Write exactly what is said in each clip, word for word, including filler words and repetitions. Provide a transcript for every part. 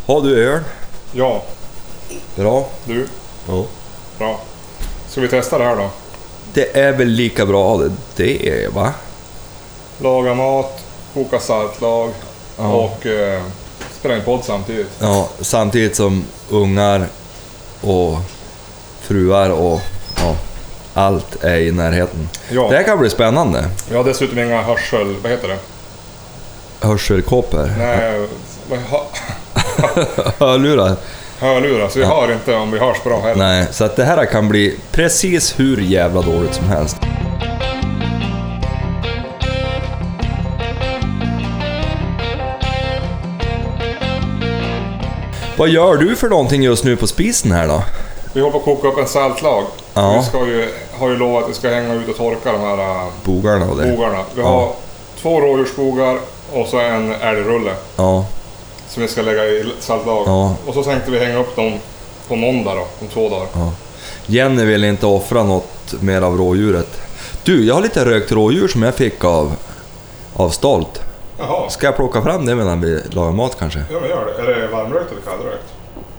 Har du öl? Ja. Bra. Du? Ja. Bra. Ska vi testa det här då? Det är väl lika bra det, det är, va? Laga mat, koka saltlag Ja. och eh, spela in podd samtidigt. Ja, samtidigt som ungar och fruar och ja, allt är i närheten. Ja. Det här kan bli spännande. Vi har dessutom inga hörsel... Vad heter det? Hörselkåpor. Nej, vad ha- Hörlurar. hörlurar. Så vi Ja. hör inte om vi hörs bra heller. Nej, så att det här kan bli precis hur jävla dåligt som helst. Vad gör du för någonting just nu på spisen här då? Vi håller på att koka upp en saltlag. Ja. Vi ska ju, har ju lovat att vi ska hänga ut och torka de här äh, Bogarna och det. bogarna. Vi Ja. har två rådjursbogar och så en älgrulle Ja, som vi ska lägga i saltlag. Ja. Och så tänkte vi hänga upp dem på måndag då, om två dagar. ja. Jenny vill inte offra något mer av rådjuret. Du, jag har lite rökt rådjur som jag fick av, av Stolt. Jaha, Ska jag plocka fram det medan vi lagar mat kanske? ja men gör det. Är det varmrökt eller kallrökt?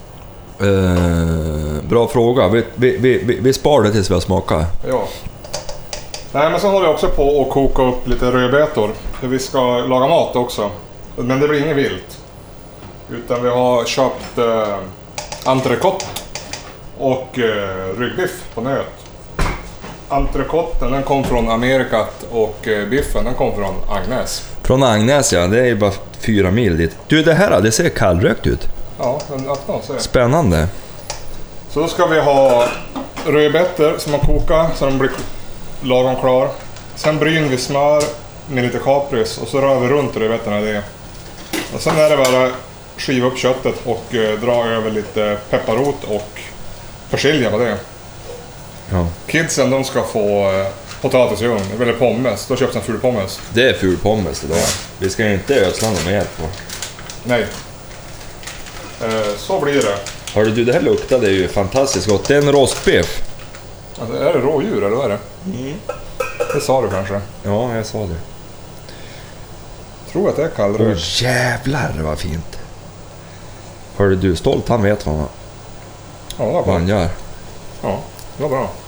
Eh, bra fråga. Vi, vi, vi, vi spar det tills vi har smakat. Ja. Nej, men så håller jag också på att koka upp lite rödbetor. För vi ska laga mat också. Men det blir inget vilt. Utan vi har köpt eh, entrecote och eh, ryggbiff på nöt. Entrecoten den kom från Amerikat och eh, biffen den kom från Agnes. Från Agnes, ja. Det är ju bara fyra mil dit. Du, det här det ser kallrökt ut. Ja, den öppnar och ser. Spännande. Så då ska vi ha rödbetor som har kokat så de blir lagom klar. Sen bryner vi smör med lite kapris och så rör vi runt rödbetorna i det. Och sen är det bara skiva upp köttet och eh, dra över lite pepparrot och persilja på det. Ja. Kidsen de ska få eh, potatis i ugn, eller pommes. Då köps en ful pommes. Det är ful pommes idag. Vi ska inte ödsla något mer på. Nej. Eh, så blir det. Hörru du, det här luktade ju fantastiskt gott. Det är en rostbiff. Alltså, är det rådjur eller vad är det? Mm. Det sa du kanske. Ja, jag sa det. Tror att det är Åh kallrökt. jävlar vad fint. Hörru du, Stolt han vet vad han, Ja, det var vad bra. han gör. Ja, det var bra.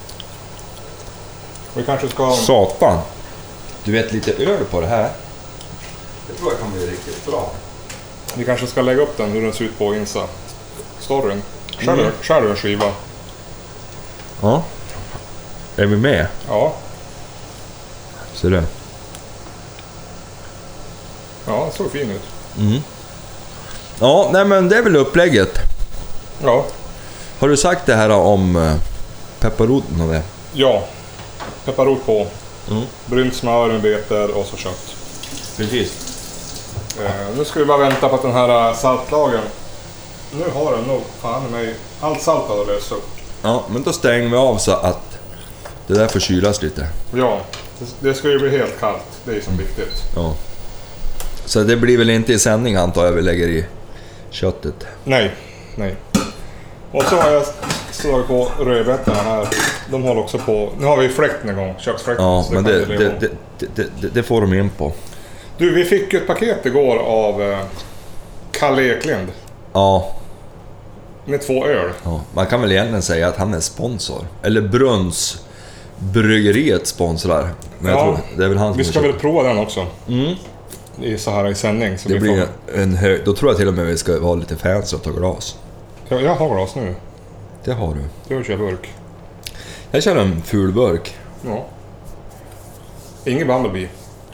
Vi kanske ska... Satan. Du vet, lite öl på det här. Det tror jag kan bli riktigt bra. Vi kanske ska lägga upp den hur den ser ut på Insta-storyn. Skär Mm. du- skär du en skiva? Ja. Är vi med? Ja. Ser du? Ja, det såg fin ut. Mm. Ja, nej men det är väl upplägget. Ja. Har du sagt det här om eh, pepparroten och det? Ja. Pepparrot på. Mm. Brynt smör, med betor och så kött. Precis. Eh, nu ska vi bara vänta på att den här saltlagen... Nu har den nog fan i mig... Allt salt har löst upp. Ja, men då stänger vi av så att det där får kylas lite. Ja. Det, det ska ju bli helt kallt. Det är ju som viktigt. Ja. Så det blir väl inte i sändning antar jag vi lägger i köttet. Nej. Nej. Och så har jag slagit på rödbetorna här. De håller också på... Nu har vi fläkten igång. Köksfläkten. Ja, så men kan det, vi det, leva om. det, det, det, det får de in på. Du, vi fick ju ett paket igår av eh, Kalle Eklind Ja, med två öl. ja, man kan väl egentligen säga att han är sponsor. Eller Brunns bryggeriet sponsrar. Men jag Ja, tror det är väl han som Vi ska köper. väl prova den också Mm. i så här i sändning. Så Det vi blir får... en hög... Då tror jag till och med vi ska vara lite fancy och ta glas. jag, jag har glas nu. Det har du. Jag kör burk. Jag kör en ful burk. Ja. Ingen Bumblebee.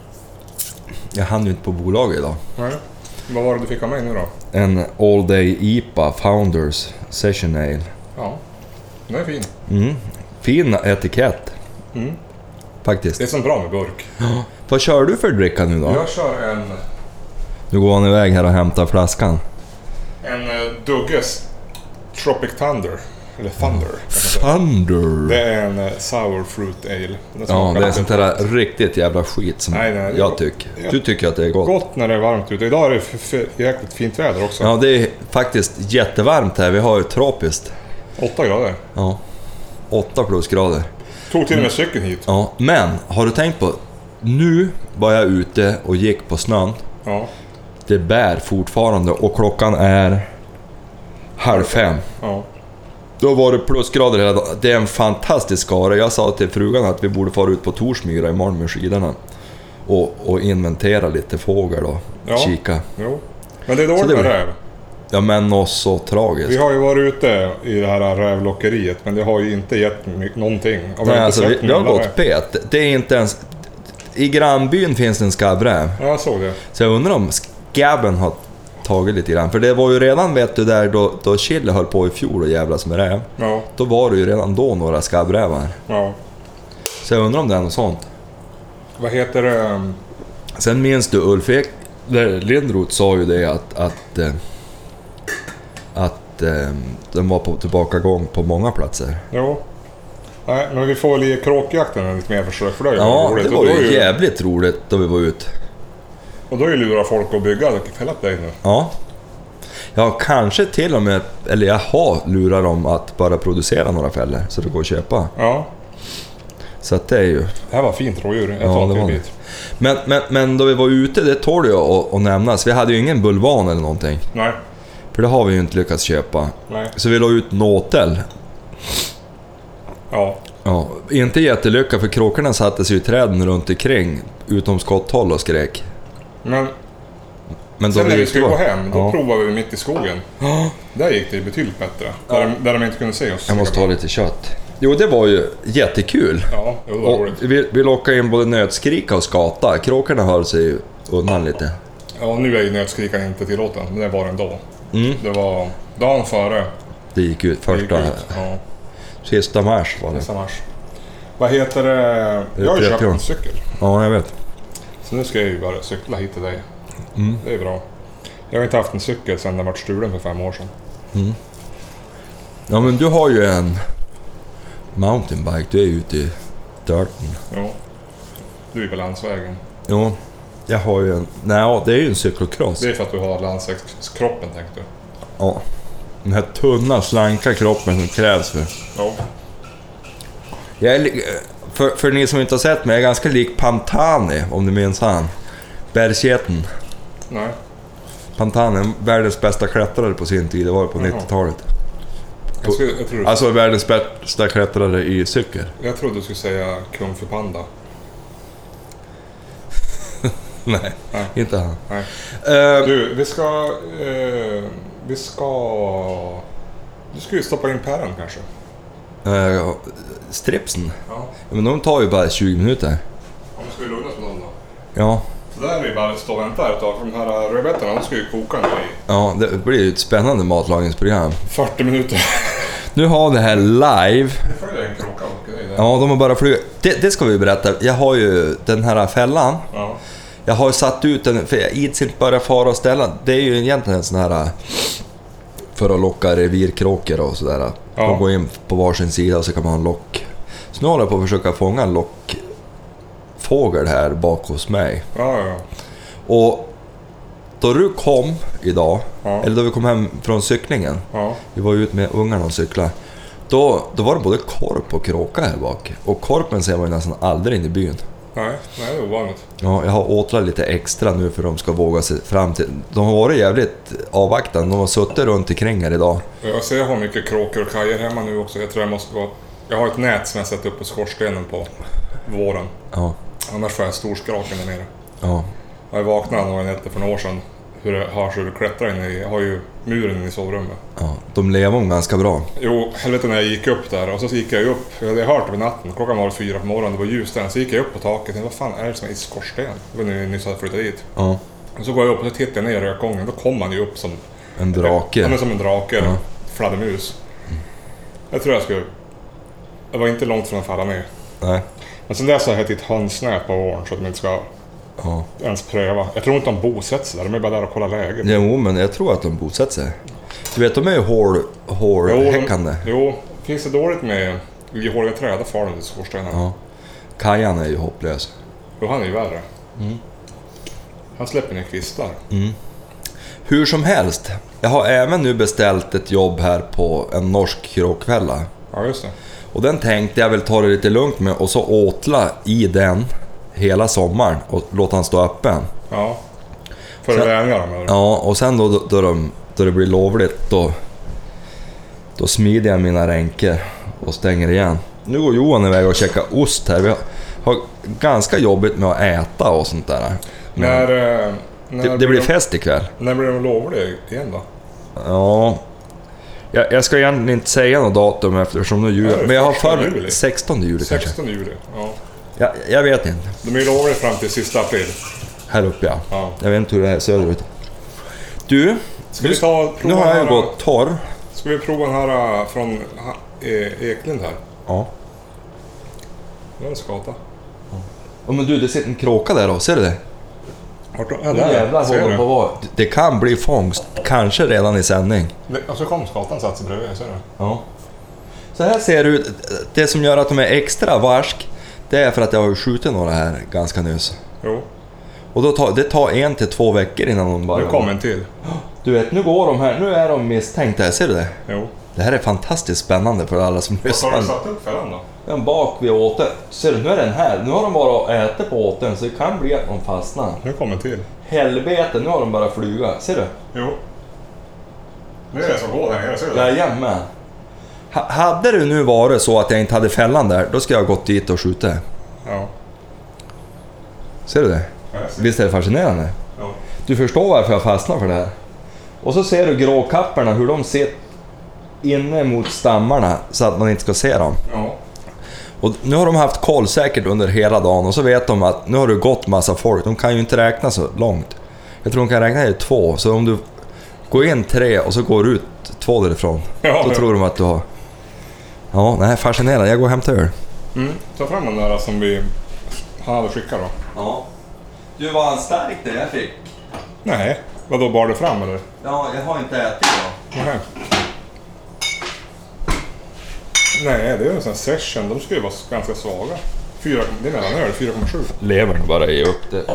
Jag hann ju inte på bolaget idag. Nej. Vad var det du fick av mig nu då? En All Day I P A Founders Session Ale. Ja. Den är fin. Mm. Fin etikett. Mm. Faktiskt. Det är så bra med burk. Ja. Vad kör du för dricka nu då? Jag kör en, Nu går han iväg här och hämtar flaskan. en uh, Dugges Tropic Thunder. Eller Thunder. kan man säga. Thunder! Det är en uh, Sour Fruit Ale. Den Ja, smakar det är lite sånt där riktigt jävla skit som Nej, nej, jag det- tycker. ja. Du tycker att det är gott. gott när det är varmt ute. Idag är det f- f- jäkligt fint väder också. Ja, det är faktiskt jättevarmt här. Vi har ju tropiskt. Åtta grader. Ja. Åtta plusgrader. Tog till och med cykeln hit. Ja, men har du tänkt på... Nu var jag ute och gick på snön. Ja. Det det bär fortfarande och klockan är halv fem. Ja. Då var det plusgrader hela dagen. Det är en fantastisk skara. Jag sa till frugan att vi borde fara ut på Torsmyra imorgon med skidorna och, och inventera lite fågel och Ja. kika. Jo. Men det är dåligt det med var- räv. Ja, men något så tragiskt. Vi har ju varit ute i det här rävlockeriet, men det har ju inte gett mycket, någonting. Och vi Nej, har inte alltså, vi, sett vi har någon räv. gått pet. Det är inte ens... I grannbyn finns det en skabbräv. Ja, jag såg det. Så jag undrar om skabben har tagit lite grann. För det var ju redan, vet du, där då, då Chile höll på i fjol och jävlas med räv. Ja, Då var det ju redan då några skabbrävar. ja. Så jag undrar om det är något sånt. Vad heter det? Sen minns du Ulf Ek, där Lindroth sa ju det att att, eh, att eh, den var på tillbakagång på många platser. Jo. Nej, men vi får väl ge kråkjakten en lite mer försök för det. är ju Ja, roligt. det Och var då är ju jävligt roligt då vi var ute. Och då är ju lura folk att bygga fällat dig nu. Ja. Jag har kanske till och med, eller jag har lurat dem att bara producera några fällor så det går att köpa. Ja, Så att det är ju... det här var fint rådjur. Jag Ja, tar det inte var en det. bit. Men, men, men då vi var ute, det tål ju att, att nämnas. Vi hade ju ingen bulvan eller någonting. Nej, För det har vi ju inte lyckats köpa. nej. Så vi la ut nåtel. Ja, Ja, inte jättelycka för kråkorna satte sig i träden runt omkring utom skotthåll och skrek. men Men då sen när vi gick skulle det gå bra. hem, då Ja. provade vi mitt i skogen. Där gick det ju betydligt bättre. Där, de, där de inte kunde se oss. Jag måste ha lite kött. Jo, det var ju jättekul. Ja, jo, det var Och roligt. vi, vi lockade in både nötskrika och skata. Kråkorna höll sig ju undan lite. Ja, nu är ju nötskrikan inte tillåten, men det var den då. Mm. Det var dagen före. Det gick ut det gick första, ut. Ja, sista mars var det. nästa mars. Vad heter det? Jag har ju köpt en cykel. Ja, jag vet. Så nu ska jag ju bara cykla hit till dig. Mm. Det är bra. Jag har inte haft en cykel sedan den var stulen för fem år sedan. Mm. Ja, men du har ju en mountainbike. Du är ju ute i dirten. Jo. Du är på landsvägen. Jo, jag har ju en... Nej, det är ju en cykelcross. Det är för att du har landsvägskroppen, tänkte du. Ja. Den här tunna, slanka kroppen som krävs för... Ja. Jag är, li- för, för ni som inte har sett mig, jag är ganska lik Pantani, om du minns han. Bergsgeten. Nej. Pantani, världens bästa klättrare på sin tid, det var på Jaha. nittiotalet. Jag, skulle, jag, trodde, Alltså världens bästa klättrare i cykel. jag trodde du skulle säga Kung Fu Panda. Nej, Nej. inte han. Nej. Uh, Du, vi ska... Eh, vi ska... Du ska ju stoppa in päron kanske. uh, stripsen, Ja. ja, men de tar ju bara tjugo minuter. Om vi ska ju lugna oss med dem då. Ja, Så där är vi bara stå och vänta här ett tag. För de här rödbetorna, de ska ju koka nu i ja, det blir ju ett spännande matlagningsprogram. fyrtio minuter. Nu har det här live. Det följer en kråka och grejer där. Ja, de har bara flugit. Det, det ska vi berätta. Jag har ju den här fällan. Ja. Jag har ju satt ut den, för jag ids inte bara fara och ställa. Det är ju egentligen en sån här för att locka revirkråkor och sådär. Ja. De går in på varsin sida och så kan man ha en lock. Så nu håller jag på att försöka fånga en lockfågel här bak hos mig. Ja, ja, ja. Och då du kom idag, Ja. eller då vi kom hem från cyklingen, Ja. vi var ju ute med ungarna och cykla. Då, då var det både korp och kråka här bak. Och korpen ser man ju nästan aldrig in i byn. Nej, nej, det är ovanligt. Ja, jag har åtlat lite extra nu för de ska våga sig fram till... De har varit jävligt avvaktande. De har suttit runt omkring här idag. Jag ser jag har mycket kråkor och kajer hemma nu också. Jag tror jag måste gå... Jag har ett nät som jag sätter upp på skorstenen på våren. Ja, Annars får jag storskraken där nere. ja, Jag vaknade några nätter för några år sedan. Hur det hörs hur det klättrar in i... Jag har ju muren inne i sovrummet. ja. De lever om ganska bra. Jo, helvete när jag gick upp där. Och så gick jag ju upp. Jag hade hört det på natten. Klockan var fyra på morgonen. Det var ljust där. Så gick jag upp på taket. Jag tänkte, vad fan är det som är i skorsten? Det var när jag nyss hade flyttat dit. Ja, Och så går jag upp och så tittar jag ner i rökgången. Då kom han ju upp som... en drake. Ja, men som en drake. Ja. Fladdermus. Jag tror jag skulle... Jag var inte långt från att falla ner. Nej, Men sen dess har jag hittat ett hönsnät på våren så att de inte ska ja. ens pröva. Jag tror inte de bosätter sig där. De är bara där och kollar läget. Jo, men jag tror att de bosätter sig. Du vet, de är ju hål, hålhäckande. Jo, jo, finns det dåligt med ihåliga träd, då far de till skorstenen. Ja. Kajan är ju hopplös. Jo, han är ju värre. Mm. Han släpper ner kvistar. Mm. Hur som helst, jag har även nu beställt ett jobb här på en norsk kråkfälla. Ja, just det. Och den tänkte jag väl ta det lite lugnt med och så åtla i den hela sommaren och låta den stå öppen. Ja, För att vänja dem eller? Ja, och sen då, då, då, de, då det blir lovligt, då, då smider jag mina ränker och stänger igen. Nu går Johan iväg och käkar ost här. Vi har, har ganska jobbigt med att äta och sånt där. Men När, eh, när det, det blir de, fest ikväll. När blir de lovliga igen då? Ja, jag, jag ska egentligen inte säga något datum eftersom nu jul. Ja, det är Men jag har första för juli. sextonde juli kanske. sextonde juli, ja. Jag, jag vet inte. De är ju lovliga fram till sista april. Här uppe ja. Ja. Jag vet inte hur det är söderut. Du, Ska vi ta, nu har jag ju här, gått torr. Ska vi prova den här uh, från ha, e, Eklind här? Ja. Det är en skata. Oh, men du, det sitter en kråka där då, ser du det? Vart då? Nu Ja, där. jävlar Ser håller du? på att vara. Det kan bli fångst, kanske redan i sändning. Det, och så kom skatan satt sig bredvid, ser du? Ja. Så här ser det ut. Det som gör att de är extra varsk, det är för att jag har skjutit några här ganska nyss. Jo, Och då tar, det tar en till två veckor innan de bara... nu kom en till. Du vet, nu går de här, nu är de misstänkta, ser du det? Jo. Det här är fantastiskt spännande för alla som Vad har du lyssnar. satt upp fällan då? Den bak vid åten. Ser du, nu är den här. Nu har de bara ätit på åten så det kan bli att de fastnar. Nu kom en till. Helvete, nu har de bara flyga. Ser du? Jo. Nu är det som går här nere, ser du? Jajamän. Ha- hade det nu varit så att jag inte hade fällan där, då ska jag ha gått dit och skjutit. Ja. Ser du det? Ja, jag ser. Visst är det fascinerande? Ja. Du förstår varför jag fastnar för det här. Och så ser du gråkapporna, hur de sitter inne mot stammarna så att man inte ska se dem. Ja. Och nu har de haft koll säkert under hela dagen och så vet de att nu har det gått massa folk. De kan ju inte räkna så långt. Jag tror de kan räkna i två, så om du går in tre och så går ut två därifrån, Ja, då ja. tror de att du har... Ja, nej, fascinerande. Jag går och hämtar öl. Mm. Ta fram den där som vi han hade skickat då. Ja. Du, var han stark det jag fick? Nej, vadå, bar du fram eller? Ja, jag har inte ätit då. Nej. Nej, det är en sån här session. De ska ju vara ganska svaga. Fyra, det är mellanöl, fyra komma sju. Levern bara ge upp det.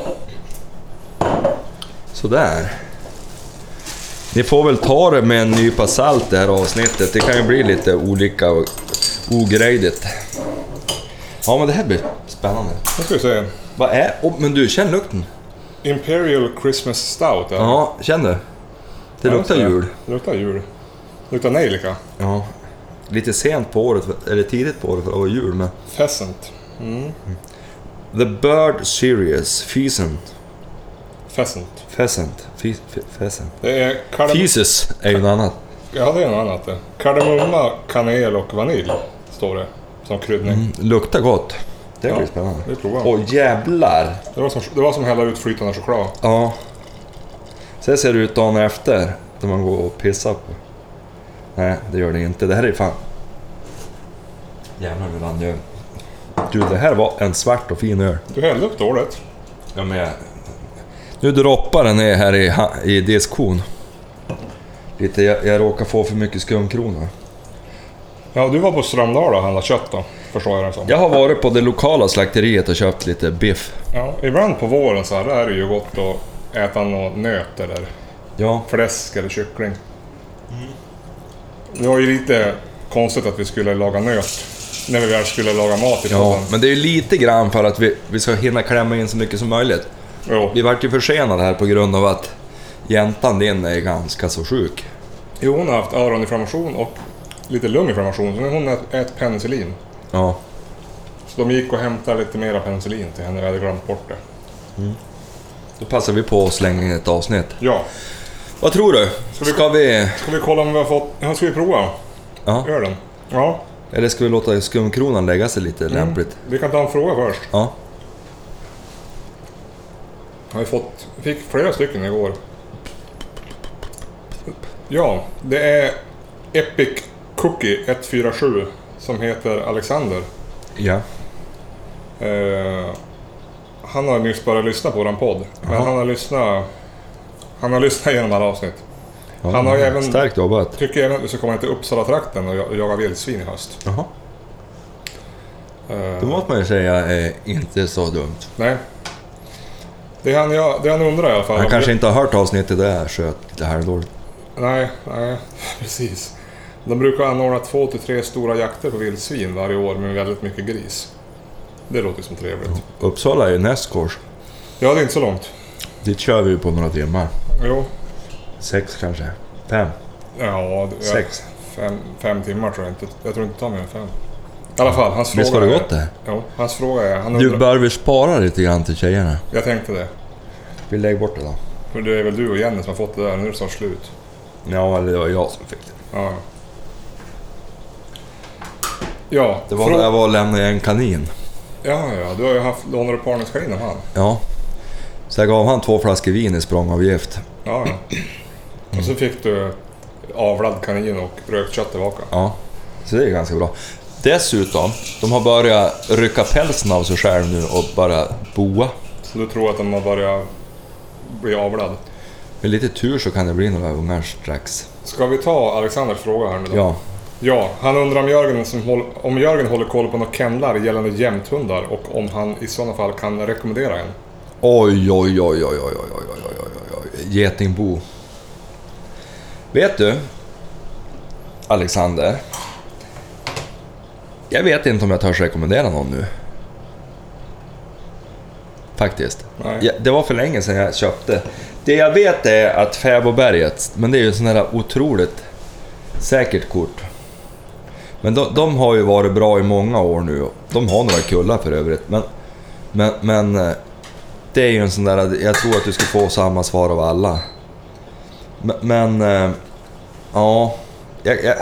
Sådär. Ni får väl ta det med en nypa salt det här avsnittet. Det kan ju bli lite olika och ogrejdigt. Ja, men det här blir spännande. Nu ska vi se. Vad är... Oh, men du, känn lukten. Imperial Christmas Stout. Ja, Ja, känn det. Det Ja, luktar så. jul. Det luktar jul. Det luktar nejlika. Ja. Lite sent på året, eller tidigt på året för att vara jul, men... Pheasant. Mm. The Bird Series, Pheasant. Pheasant. Pheasant. Fe- fe- Pheasant. Det är kardem- Pheasant är ju något annat. Ja, det är något annat det. Kardemumma, kanel och vanilj står det som kryddning. Mm, luktar gott. Det Ja, blir spännande. det provar. Åh jävlar. Det var som, det var som hälla ut flytande choklad. Ja. Så ser det ut dagen efter, när man går och pissar på. Nej, det gör det inte. Det här är fan... Jävlar hur han gör. Du, det här var en svart och fin öl. Du hällde upp dåligt. Ja, men jag... Nu droppar den ner här i, ha- i diskon. Lite, jag, jag råkar få för mycket skumkrona. Ja, du var på Strömdal och handlade kött då, förstår jag det som. Jag har varit på det lokala slakteriet och köpt lite biff. Ja, ibland på våren så här, där är det ju gott att äta något nöt eller Ja, fläsk eller kyckling. Det var ju lite konstigt att vi skulle laga nöt när vi väl skulle laga mat i ja, podden. men det är ju lite grann för att vi, vi ska hinna klämma in så mycket som möjligt. Jo. Vi vart ju försenade här på grund av att jäntan din är ganska så sjuk. jo, hon har haft öroninflammation och lite lunginflammation, så nu hon ät, ät penicillin. Ja, Så de gick och hämtade lite mera penicillin till henne, vi hade glömt bort det. då passar vi på att slänga in ett avsnitt. Ja, Vad tror du? Ska vi- Ska vi... ska vi kolla om vi har fått... Ja, ska vi prova Ja. ölen? Ja, Eller ska vi låta skumkronan lägga sig lite lämpligt? vi kan ta en fråga först. Ja. Har vi fått... fick flera stycken igår. Ja, det är Epic Cookie ett fyra sju som heter Alexander. Ja. Eh, han har nyss bara lyssnat på våran podd. Men Jaha. han har lyssnat... Han har lyssnat igenom alla avsnitt. Ja, Han har ju även- Starkt jobbat. Tycker även att vi ska komma till Uppsala-trakten och jag- jaga vildsvin i höst. Jaha. Eh, Då måste man ju säga är inte så dumt. Nej. Det han, jag, det han undrar i alla fall... Han om- kanske inte har hört avsnittet där, sköt lite halvdåligt. Nej, nej, precis. De brukar anordna två till tre stora jakter på vildsvin varje år med väldigt mycket gris. Det låter som trevligt. Uppsala är ju nästgårds. Ja, det är inte så långt. Dit kör vi på några timmar. Jo. Sex kanske. Fem. Ja, det, Sex. Fem, fem timmar tror jag inte. Jag tror inte det tar mer än fem. I alla fall, hans fråga... Visst var det gott det? Jo, hans fråga är... Han Du undrar, bör vi spara lite grann till tjejerna. jag tänkte det. Vi lägger bort det då. För det är väl du och Jenny som har fått det där. Nu är det snart slut. Ja, eller det var jag som fick det. Ja. Ja, Det var frå- när jag var och lämnade en kanin. Ja, ja. Du har ju haft lånade parningskanin av han. Ja. Så jag gav han två flaskor vin i språngavgift. Ja, ja. Och så fick du avlad kanin och rökt kött tillbaka. Ja, så det är ganska bra. Dessutom, de har börjat rycka pälsen av sig själv nu och bara boa. Så du tror att de har börjat bli avlad? Med lite tur så kan det bli några ungar strax. Ska vi ta Alexanders fråga här nu då? Ja. Ja, han undrar om Jörgen, som håll, om Jörgen håller koll på några kennlar gällande jämthundar och om han i sådana fall kan rekommendera en. Oj, oj, oj, oj, oj, oj, oj, oj, oj, oj, oj. Getingbo. Vet du, Alexander, jag vet inte om jag törs rekommendera någon nu. Faktiskt. Nej. Ja, det var för länge sedan jag köpte. Det jag vet är att Fäbodberget, men det är ju sån där otroligt säkert kort. Men de, de har ju varit bra i många år nu. De har några kullar för övrigt. Men, men, men det är ju en sån där... Jag tror att du ska få samma svar av alla. Men... men ja... Jag, jag,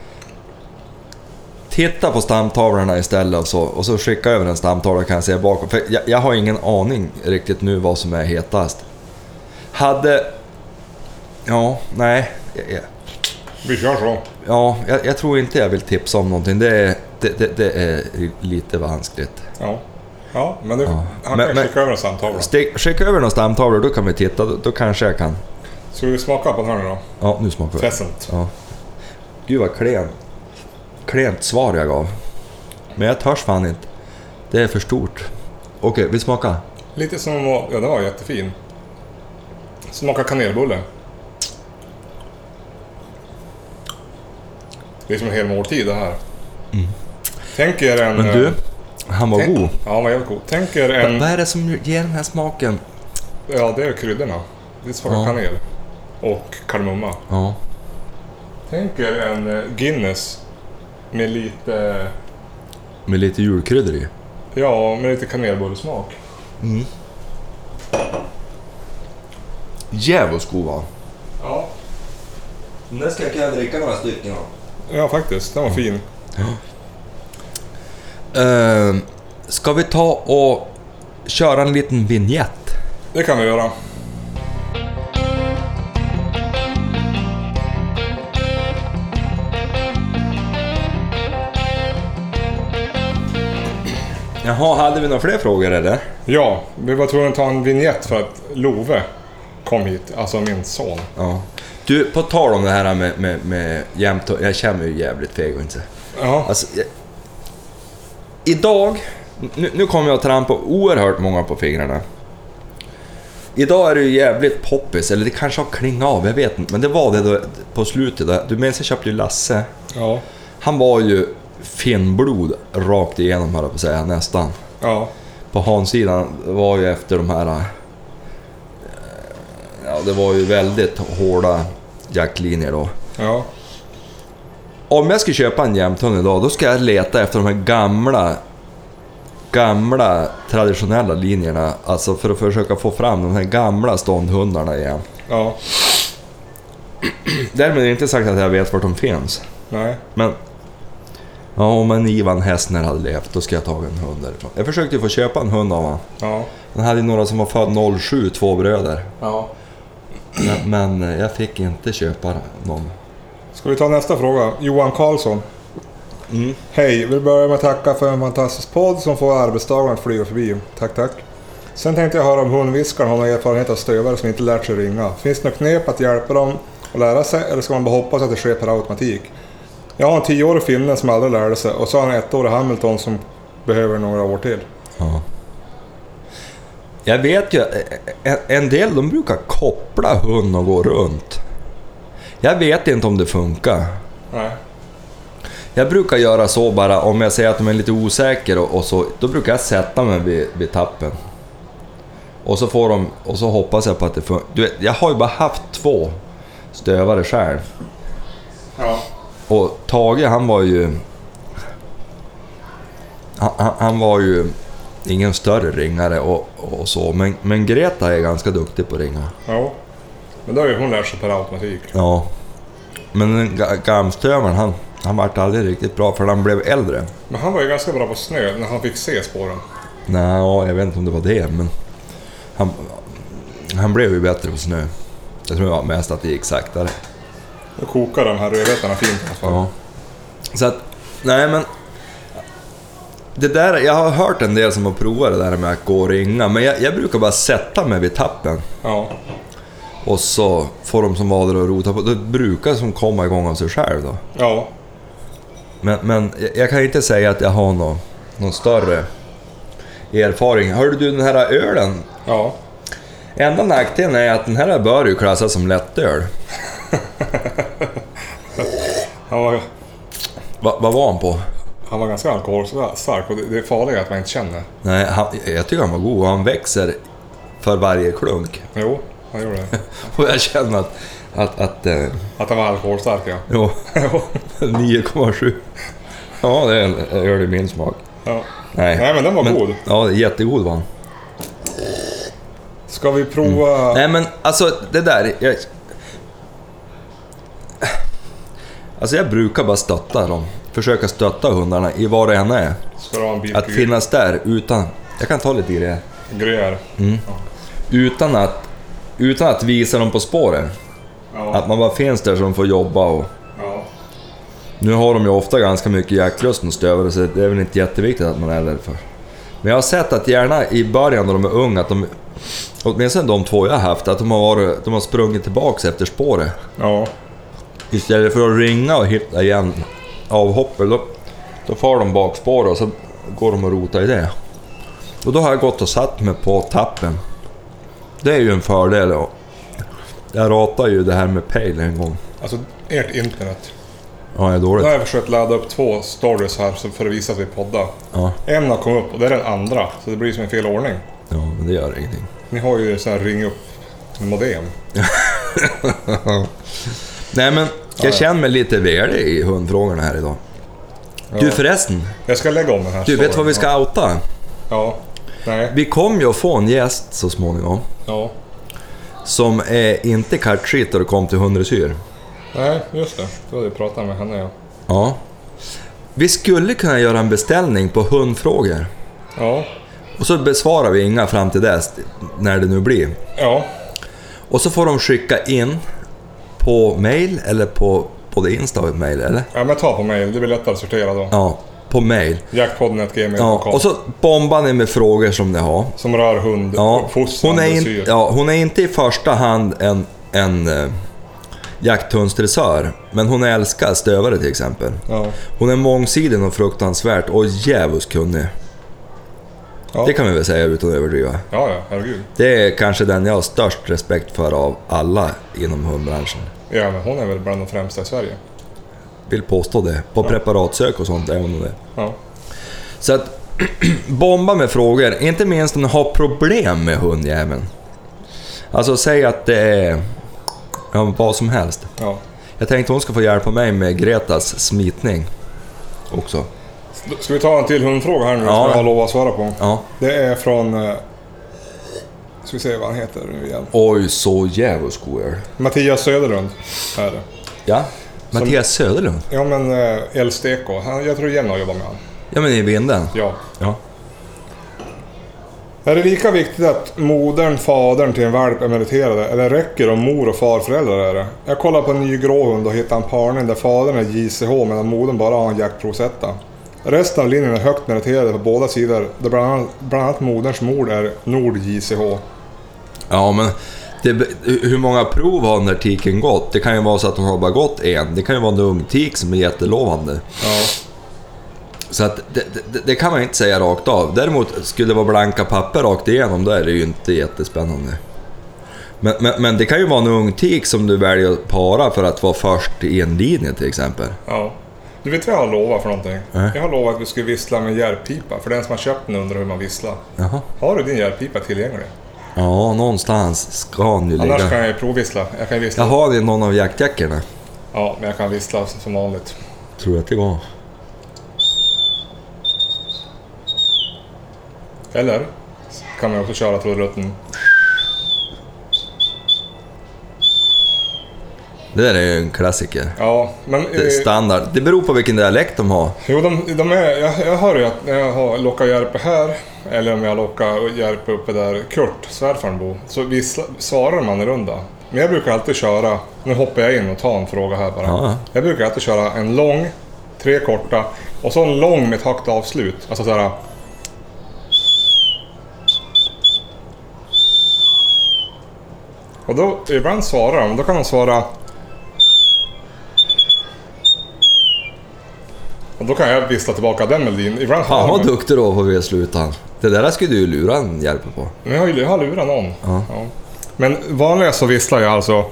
titta på stamtavlorna istället och så, och så skicka över en stamtavla kan jag se bakom. För jag, jag har ingen aning riktigt nu vad som är hetast. Hade... Ja, nej... Jag, jag, Vi kör så. Ja, jag, jag tror inte jag vill tipsa om någonting. Det är, det, det, det är lite vanskligt. Ja, ja men det, Ja. han Men- kan men- skicka över en samtal. Stick, skicka över några stamtavlor, då kan vi titta. Då, då kanske jag kan. Ska vi smaka på den här nu då? Ja, nu smakar vi. Pheasant. Ja. Gud vad klen. Klent svar jag gav. Men jag törs fan inte. Det är för stort. Okej, vi smakar. Lite som... Ja, den var jättefin. Smaka kanelbulle. Det är som en hel måltid det här. Mm. Tänk er en... Men du, eh, han var tänk, god. Ja, han var jävligt god. Tänk er Va- en... Vad är det som ger den här smaken? Ja, det är kryddorna. Det smakar Ja. kanel. Och kardemumma. Ja. Tänk er en eh, Guinness med lite... Med lite julkryddor i. Ja, med lite kanelbullesmak. Mm. Jävligt god va? Ja. Nu ska jag dricka några stycken då. Ja, faktiskt. Den var fin. Uh, ska vi ta och köra en liten vignett? Det kan vi göra. Jaha, hade vi några fler frågor eller? Ja, vi var tvungna att ta en vignett för att Love kom hit. Alltså min son. Ja. Du, på tal om det här med, med, med jämt, jag känner mig ju jävligt feg och inte. Ja, Alltså, jag, idag, nu, nu kommer jag att trampa oerhört många på fingrarna. Idag är det ju jävligt poppis, eller det kanske har klingat av, jag vet inte. Men det var det då, på slutet, där. Du minns jag köpte ju Lasse. ja, Han var ju finnblod rakt igenom, höll jag på att säga, nästan. ja. På Hansidan var ju efter de här... Ja, det var ju väldigt hårda jacklinjer då. Ja, Om jag ska köpa en jämthund idag, då ska jag leta efter de här gamla gamla traditionella linjerna, alltså för att försöka få fram de här gamla ståndhundarna igen. ja. Därmed är det inte sagt att jag vet vart de finns. Nej. Men ja, om en Ivan Hästner hade levt, då ska jag ta en hund därifrån. Jag försökte få köpa en hund av honom. Ja. Han hade ju några som var född noll sju, två bröder. Ja. Men, men jag fick inte köpa någon. Ska vi ta nästa fråga? Johan Karlsson. Mm. Hej, vill börja med att tacka för en fantastisk podd som får arbetsdagen att flyga förbi. Tack, tack. Sen tänkte jag höra om hundviskaren har någon erfarenhet av stövare som inte lärt sig ringa. Finns det något knep att hjälpa dem att lära sig, eller ska man bara hoppas att det sker per automatik? Jag har en tioårig finne som aldrig lärde sig, och så har en ettårig Hamilton som behöver några år till. Ja. Jag vet ju, en, en del de brukar koppla hund och gå runt. Jag vet inte om det funkar. Nej. Jag brukar göra så bara, om jag säger att de är lite osäker och, och så, då brukar jag sätta mig vid, vid tappen. Och så får de, och så hoppas jag på att det får, du vet, jag har ju bara haft två stövare själv. Ja. Och Tage, han var ju han, han var ju ingen större ringare och, och så, men, men Greta är ganska duktig på ringa. Ja. Men då har ju hon lärt sig per automatik. Ja. Men den ga- gamstövaren, han han vart aldrig riktigt bra för han blev äldre. Men han var ju ganska bra på snö när han fick se spåren. Nej, jag vet inte om det var det, men han, han blev ju bättre på snö. Jag tror det var mest att det gick saktare. Då kokar de här rödbetorna fint i alla fall. Ja. Så att, nej men det där, jag har hört en del som har provat det där med att gå och ringa, men jag, jag brukar bara sätta mig vid tappen. Ja. Och så får de som var där och rota på, det brukar som komma igång av sig själv då. Ja. Men, men jag, jag kan inte säga att jag har någon, någon större erfaring. Hörde du den här ölen? Ja. Enda nackdelen är att den här bör ju klassas som lättöl. Han var, Va, vad var han på? han var ganska alkoholstark och det, det är farligt att man inte känner. Nej, han, jag tycker han var god. Han växer för varje klunk. Jo, han gjorde det. Och jag känner att... Att, att eh, Att han var alkoholstark, ja. jo, nio komma sju. Ja, det är- gör det min smak. Ja. Nej, Nej, men den var god. Ja, jättegod var han. Ska vi prova... Nej, men alltså det där... Jag, alltså jag brukar bara stötta dem. Försöka stötta hundarna i vad det än är. Ska du ha en bit Att finnas där utan... Jag kan ta lite i det. gruyère? Mm. Utan att, utan att visa dem på spåren. Ja. Att man bara finns där så de får jobba och... Ja. Nu har de ju ofta ganska mycket jaktlust och stövare, så det är väl inte jätteviktigt att man är där för. Men jag har sett att gärna i början när de är unga, att de, åtminstone de två jag har haft, att de har, varit, de har sprungit tillbaks efter spåret. Ja. Istället för att ringa och hitta igen avhoppet, då, då far de bak spåret och så går de och rotar i det. Och då har jag gått och satt mig på tappen. Det är ju en fördel. Och jag ratade ju det här med pejl en gång. Alltså, ert internet. Ja, jag är Då dåligt. har jag försökt ladda upp två stories här så för att visa att vi poddar. Ja, En har kommit upp och det är den andra. Så det blir som en fel ordning. ja, men det gör ingenting. Ni har ju så här ring upp modem. Nej, men jag ja. känner mig lite värdig i hundfrågorna här idag. Du Ja. förresten, Jag ska lägga om den här du vet storyn. vad vi ska outa? Ja. Nej. Vi kommer ju att få en gäst så småningom Ja. som är inte kattskit och kom till hundresyr. Nej, just det. Då hade jag pratat med henne, ja. Ja. Vi skulle kunna göra en beställning på hundfrågor. Ja. Och så besvarar vi inga fram till dess, när det nu blir. Ja. Och så får de skicka in på mail eller på, på det Insta och mail, eller? Ja, men ta på mail. Det blir lättare att sortera då. Ja, på mail. jackpodden at gmail Ja, dot com. och så bombar ni med frågor som ni har. Som rör hund, Ja, uppfostran, hon, är in, dressyr. ja, hon är inte i första hand en, en uh, jakthundsdressör, men hon älskar stövare till exempel. Ja. Hon är mångsidig och fruktansvärt och jävligt kunnig. Ja. Det kan vi väl säga utan att överdriva. Ja, ja, herregud. Det är kanske den jag har störst respekt för av alla inom hundbranschen. Ja, men hon är väl bland de främsta i Sverige. Vill påstå det. På Ja. preparatsök och sånt är hon det. Ja. Så att bomba med frågor, inte minst om ni har problem med hundjäveln. Alltså säg att det är ja, vad som helst. Ja. Jag tänkte hon ska få hjälpa mig med Gretas smitning också. Ska vi ta en till hundfråga här nu Ja. som jag har lov att svara på? Ja. Det är från... eh, Ska vi se vad han heter nu igen. Oj, så jävligt god öl. Mattias Söderlund är det. Ja, Mattias Söderlund. Ja, men eh, El Steko. Han, jag tror Jenny har jobbat med han. Ja, men i vinden. Ja. Ja. Är det lika viktigt att modern, fadern till en valp är meriterade, eller räcker om mor och farföräldrar är det? Jag kollar på en ny gråhund och hittar en parning där fadern är J C H medan modern bara har en jaktprovsetta. Resten av linjen är högt meriterade på båda sidor, där bland annat, bland annat moderns mor är Nord J C H. Ja, men det, hur många prov har den där tiken gått? Det kan ju vara så att hon har bara gått en. Det kan ju vara en ung tik som är jättelovande. Ja. Så att det, det, det kan man inte säga rakt av. Däremot skulle det vara blanka papper rakt igenom, då är det ju inte jättespännande. Men, men, men det kan ju vara en ung tik som du väljer att para för att vara först i en linje till exempel. Ja. Du vet vad jag har lovat för någonting? Nej. Jag har lovat att vi ska vissla med järpipa, för den som har köpt den undrar hur man visslar. Jaha. Har du din järpipa tillgänglig? Ja, någonstans ska han ju ligga. Annars kan jag ju provvissla. Jag kan ju vissla. Jag har det i någon av jaktjackorna. Ja, men jag kan vissla som vanligt. Tror jag att det var. Eller kan man också köra trudelutten. Det där är ju en klassiker. Ja, men... Det är standard. Det beror på vilken dialekt de har. Jo, de, de är, jag, jag hör ju att när jag har lockat Järpe här, eller om jag lockar Järpe uppe där Kurt, svärfaren bor, så vissla, svarar man i runda. Men jag brukar alltid köra, nu hoppar jag in och tar en fråga här bara. Ja. Jag brukar alltid köra en lång, tre korta, och så en lång med ett högt avslut. Alltså såhär... Och då, ibland svarar de, då kan de svara... Och då kan jag vissla tillbaka den melodin. Ibland Fan har vad de... duktig då på V-slutan. Det där skulle du ju lura en hjälp på. Men jag har, jag har lurat någon. Ja. Ja. Men vanliga så visslar jag alltså...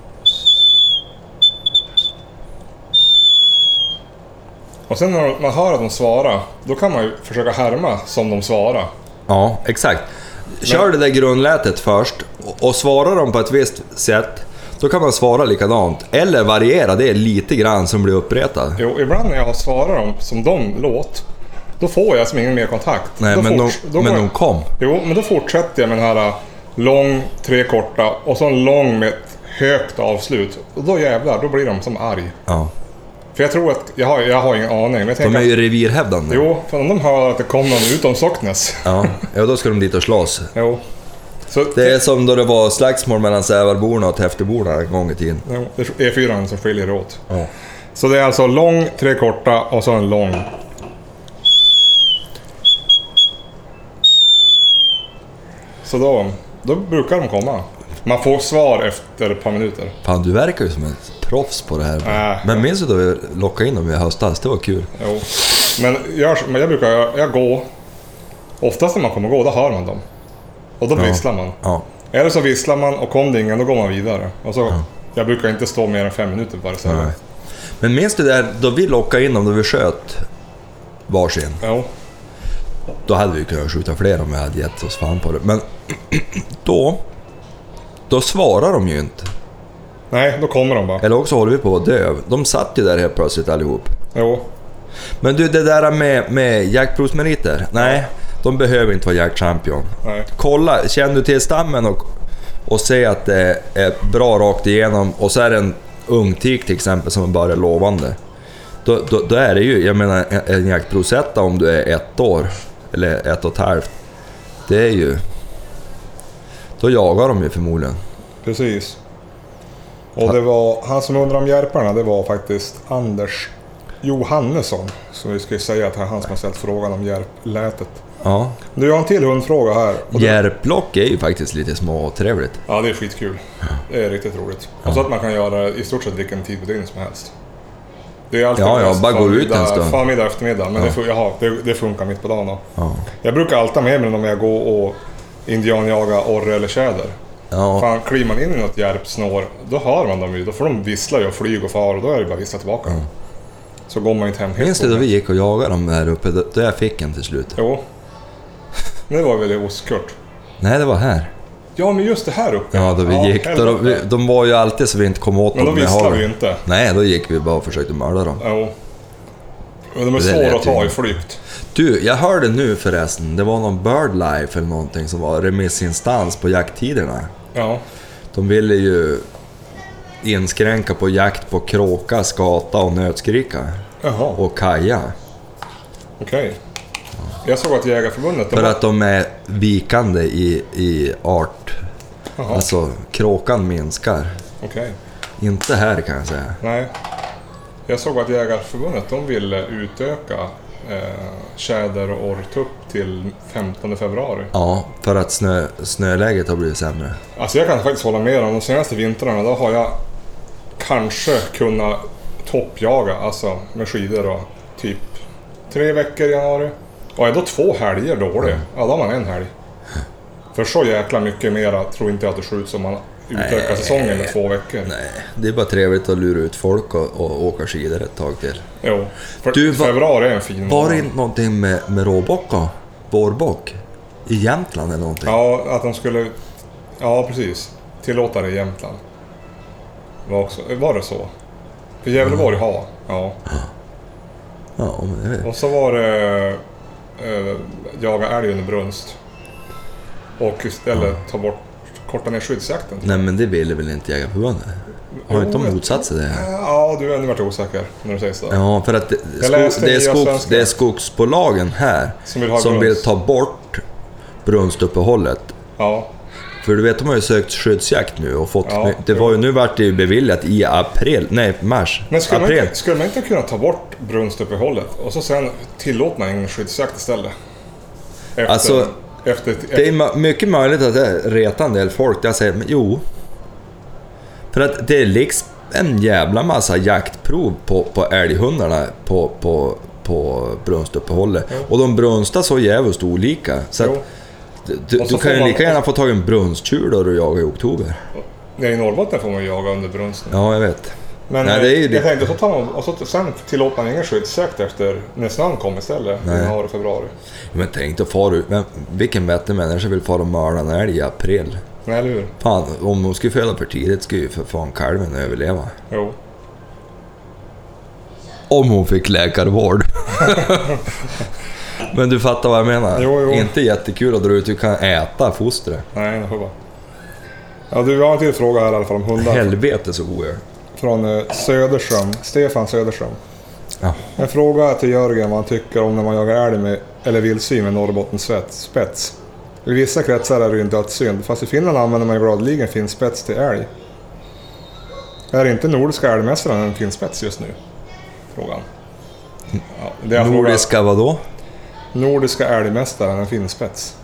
Och sen när man hör att de svarar, då kan man ju försöka härma som de svarar. Ja, exakt. Kör det där grundlätet först och, och svarar de på ett visst sätt, då kan man svara likadant. Eller variera det lite grann som blir uppretad. Jo, ibland när jag har svarat dem som de låt, då får jag som ingen mer kontakt. Nej, då men, forts- de, då men går de jag- kom. Jo, men då fortsätter jag med den här lång, tre korta och så en lång med ett högt avslut. Och då jävlar, då blir de som arg. Ja. För jag tror att, jag har, jag har ingen aning. Men jag De tänker är ju revirhävdande. Jo, för om de hör att det kommer någon utom Socknes. Ja, ja, då ska de dit och slåss. Jo. Så Det är som då det var slagsmål mellan Sävarborna och Täfteborna en gång i tiden. jo, det är E fyra som skiljer åt. Ja. Så det är alltså lång, tre korta och så en lång. Så då, då brukar de komma. Man får svar efter ett par minuter. Fan, du verkar ju som ett proffs på det här. Äh. Men minns du då vi lockade in dem i höstas? Det var kul. Jo. Men jag, men jag brukar jag, jag gå. Oftast när man kommer gå, då hör man dem. Och då Ja. visslar man. Ja. Eller så visslar man och kom det ingen, då går man vidare. Och så, jag brukar inte stå mer än fem minuter på det Nej. stället. Men minns du där då vi lockade in dem, då vi sköt varsin? Jo. Då hade vi kunnat skjuta fler om vi hade gett oss fan på det. Men då, då svarar de ju inte. Nej, då kommer de bara. Eller också håller vi på att dö. De satt ju där helt plötsligt allihop. Jo. Men du, det där med, med jaktprovsmeriter. Nej, de behöver inte vara jaktchampion. Nej. Kolla, känner du till stammen och, och se att det är bra rakt igenom. Och så är det en ung tik till exempel som är bara lovande. Då, då, då är det ju, jag menar, en, en jaktprovsetta om du är ett år. Eller ett och ett halvt. Det är ju... Då jagar de ju förmodligen. Precis. Och det var, han som undrar om järparna, det var faktiskt Anders Johannesson. Så vi ska ju säga att det är han som har ställt frågan om järplätet. Ja. Du, jag har en till hundfråga här. Och det, Järplock är ju faktiskt lite små och trevligt. ja, det är skitkul. Det är riktigt roligt. Och så att man kan göra i stort sett vilken tid på dygnet som helst. Det är alltid Ja, ja, bäst bara gå ut en förmiddag- stund. Förmiddag, eftermiddag. Men Ja. det, fun- jaha, det, det funkar mitt på dagen då. Ja. Jag brukar alltid med mig när jag går och indianjagar orre eller tjäder. Ja. Fan, kliver man in i något järpsnår, då hör man dem ju. Då får de vissla ju och flyga och fara och då är det bara att vissla tillbaka. Så går man inte hem helt. Minns du då vi gick och jagade dem där uppe? Då då jag fick en till slut. Jo. Det var väl i Oskurt. Nej, det var här. Ja, men just det här uppe. Ja, då vi gick. Då, helvete. vi, de var ju alltid så vi inte kom åt Men då dem med visslar hagel. vi ju inte. Nej, då gick vi bara och försökte mörda dem. Jo. Men de är Det där svåra lät att ta ju- i flykt. Du, jag hörde nu förresten. Det var någon BirdLife eller någonting som var remissinstans på jakttiderna. Ja. De ville ju inskränka på jakt på kråka, skata och nötskrika. Jaha, Och kaja. okej. Jag såg att Jägarförbundet... de För var- att de är vikande i, i art. Jaha, Alltså, kråkan minskar. okej. Inte här kan jag säga. Nej. Jag såg att Jägarförbundet, de ville utöka eh, tjäder och orrtupp till femtonde februari. Ja, för att snö, snöläget har blivit sämre. Alltså jag kan faktiskt hålla med om de senaste vintrarna, då har jag kanske kunnat toppjaga, alltså med skidor då, typ tre veckor i januari. Och är då två helger dålig, ja då har man en helg. För så jäkla mycket mera tror inte jag att det skjuts om man utökar Nej. säsongen med två veckor. Nej, det är bara trevligt att lura ut folk och, och åka skidor ett tag till. Jo, för Du, va- februari är en fin Var det månad. inte någonting med, med råbock och vårbock? I Jämtland eller någonting? Ja, att de skulle Ja, precis. Tillåtare i Jämtland. Var, också, var det så? För Gävleborg Mm. har. Ja. Ja, men det är... Och så var det eh, jaga älg under brunst. Och istället ta bort, korta ner skyddsjakten. Nej, men det ville väl inte Jägareförbundet? Har inte de motsatt sig det? Ja, du har ändå varit osäker när du säger så. Ja, för att det, Jag sko, läste det, är Nya skogs, Svenska. det är skogsbolagen här Som vill ha som brunst. vill ta bort brunstuppehållet. Ja, För du vet, de har ju sökt skyddsjakt nu och fått... Ja, det var ju, nu vart det ju beviljat i april, nej mars. men skulle man, april. inte, skulle man inte kunna ta bort brunstuppehållet och så sen tillåta man ingen skyddsjakt istället? Efter, Alltså, efter, Det är ma- mycket möjligt att det retar en del folk. Jag säger, men jo. För att det är liksom en jävla massa jaktprov på, på älghundarna på, på, på brunstuppehållet. Jo. Och de brunstar så jävligt olika. Så Jo. att, du, Och så du kan ju får man- lika gärna få tag i en brunsttjur då du jagar i oktober. Nej, i Norrbotten får man ju jaga under brunsten. Ja, jag vet. Men Nej, det är ju jag det. tänkte så tar man, och så sen tillåter man ingen skyddsjakt efter när snön kom istället. I Nej. januari, februari. Men tänk då far ut. Men vilken vettig människa vill fara och mörda en älg i april? Nej, eller hur? Fan, om de skulle föda för tidigt skulle ju för fan kalven överleva. Jo. Om hon fick läkarvård. Men du fattar vad jag menar. Jo, jo. Inte jättekul att dra ut, du kan äta fostret. Nej, det får bara. Ja, du, vi har en till fråga här i alla fall om hundar. Helvete så god jag är. Från eh, Söderström. Stefan Söderström. Ja. En fråga till Jörgen vad han tycker om när man jagar älg med, eller vildsvin med Norrbottens spets. I vissa kretsar är det ju en dödssynd, fast i Finland använder man ju gladeligen finspets till älg. Är inte nordiska älgmästaren en finspets just nu? Frågan. Ja, det är frågan. Nordiska vadå? Nordiska älgmästaren en finspets.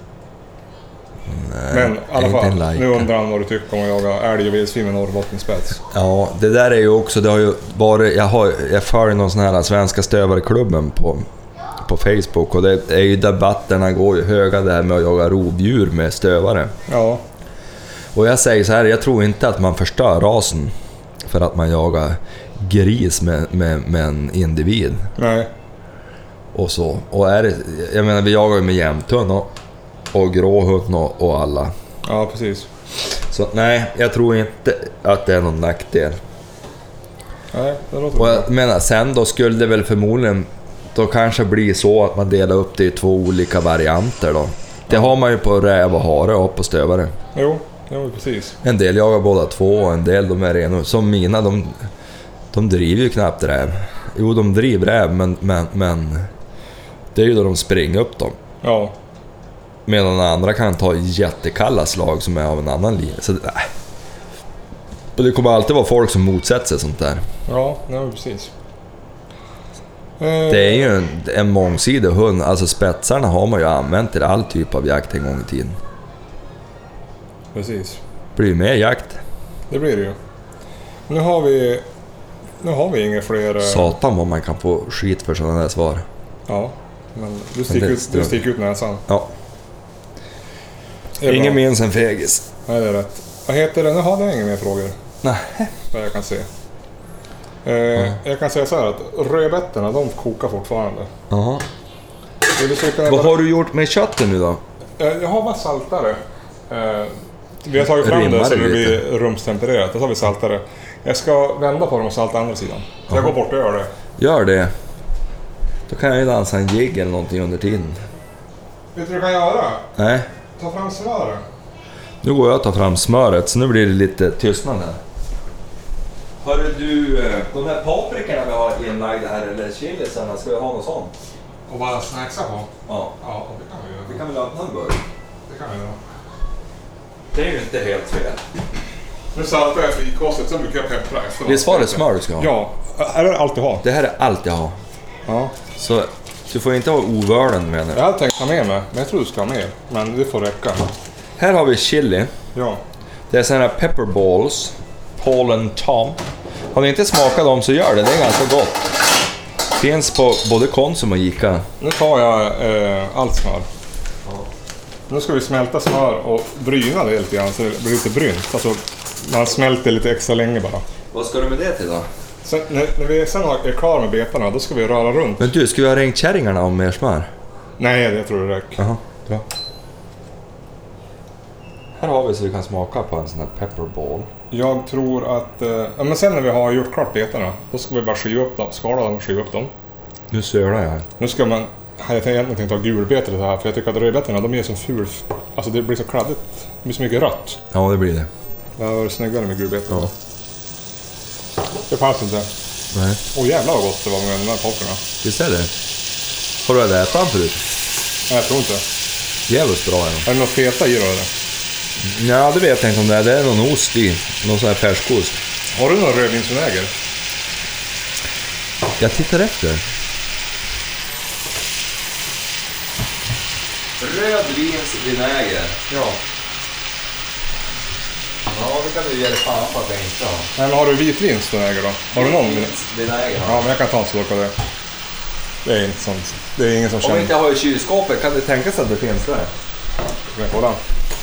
Nej, Men i alla inte fall, en like. nu undrar han vad du tycker om att jaga älg och vildsvin med Norrbottens spets. Ja, det där är ju också, det har ju varit, jag, har, jag följer någon sån här svenska stövarklubben på, på Facebook och det är ju debatterna går ju höga där med att jaga rovdjur med stövare. Ja, Och jag säger så här, jag tror inte att man förstör rasen för att man jagar gris med, med, med en individ. nej. Och så. Och är det, jag menar, vi jagar ju med jämthund och, och gråhund och, och alla. Ja, precis. Så nej, jag tror inte att det är någon nackdel. Nej, det låter Och bra. jag menar, sen då skulle det väl förmodligen då kanske bli så att man delar upp det i två olika varianter då. Det har man ju på räv och hare och på stövare. Jo, jo, precis. En del jagar båda två och en del de är rena. Som mina, de, de driver ju knappt räv. Jo, de driver räv, men, men, men det är ju då de springer upp dem. Ja, Medan andra kan ta jättekalla slag som är av en annan linje. Så, nej. Och det kommer alltid vara folk som motsätter sig sånt där. ja, nej, precis. Det är ju en, en mångsidig hund. Alltså spetsarna har man ju använt till all typ av jakt en gång i tiden. Precis. Det blir ju mer jakt. Det blir det ju. Nu har vi... Nu har vi inga fler... eh, Satan vad man kan få skit för sådana där svar. Ja, men du sticker, det är ut, du strunt. sticker ut näsan. Ja. Det är Ingen bra. minns en fegis. Nej, det är rätt. Vad heter det? Nu hade jag inga mer frågor. Nej. Vad jag kan se. Eh, Jag kan säga så här att rödbetorna, de kokar fortfarande. Jaha. Vill du söka Vad har du gjort med köttet nu då? Eh, Jag har bara saltare. Eh, Vi har tagit fram Rimmar det så det det lite? blir rumstempererat. Då har vi saltare. Jag ska vända på dem och salta andra sidan. Så jag går bort och gör det. Gör det. Då kan jag ju dansa en jigg eller någonting under tiden. Vet du vad du kan göra? Nej. Ta fram smöret. Nu går jag och tar fram smöret, så nu blir det lite tystnad här. Hörru du, de här paprikorna vi har inlagda här, eller chilisarna, ska vi ha något sånt? Och bara snacksa på. Ja. Ja, det kan vi göra. Vi kan väl öppna en burk? Det kan vi göra. Det är ju inte helt fel. Nu saltar jag frikostet, sen brukar jag peppra efteråt. Visst var det smör du ska ha? Ja, är det allt du har? Det här är allt jag har. Ja. Så du får inte ha ovörden med Jag nu. hade tänkt ta med mig, men jag tror du ska ha mer. Men det får räcka. Här har vi chili. Ja. Det är såna här pepper balls. Paul and Tom. Har ni inte smakat dem så gör det, det är ganska gott. Finns på både Konsum och Ica. Nu tar jag eh, allt smör. Nu ska vi smälta smör och bryna det lite grann så det blir lite brynt. Alltså, man smälter lite extra länge bara. Vad ska du med det till då? Sen, när, när vi sen är klara med betarna, då ska vi röra runt. Men du, ska vi ha ringt kärringarna om mer smör? Nej, jag tror det räcker. Jaha, bra. Här har vi så vi kan smaka på en sån här pepperball. Jag tror att... Eh, ja, men sen när vi har gjort klart betarna, då ska vi bara skiva upp dem, skala dem och skiva upp dem. Nu sölar jag här. Nu ska man... Jag tänkte egentligen tänkte ha gulbetor lite här, för jag tycker att rödbetorna, de är som ful... Alltså det blir så kladdigt. Det blir så mycket rött. Ja, det blir det. Det hade varit snyggare med gulbetor. Ja. Det fanns inte. Nej. Åh jävlar vad gott det var med de här popcorna. Visst är det? Har du ätit den förut? Nej, jag tror inte. Jävligt bra är de. Är det något feta i då eller? Ja, det vet jag inte om det är. Det är någon ost i. Någon sån här färskost. Har du någon rödvinsvinäger? Jag tittar efter. Rödvinsvinäger. Ja. Ja, det kan du ge dig fan på att jag inte har. Nej, men har du vitvinsvinäger då? Har du någon? Vinäger? Ja, men jag kan ta en slurk av det. Det är inte sånt. Det är ingen som Om känner. vi inte har i kylskåpet, kan det tänkas att det finns där? Ska jag kolla?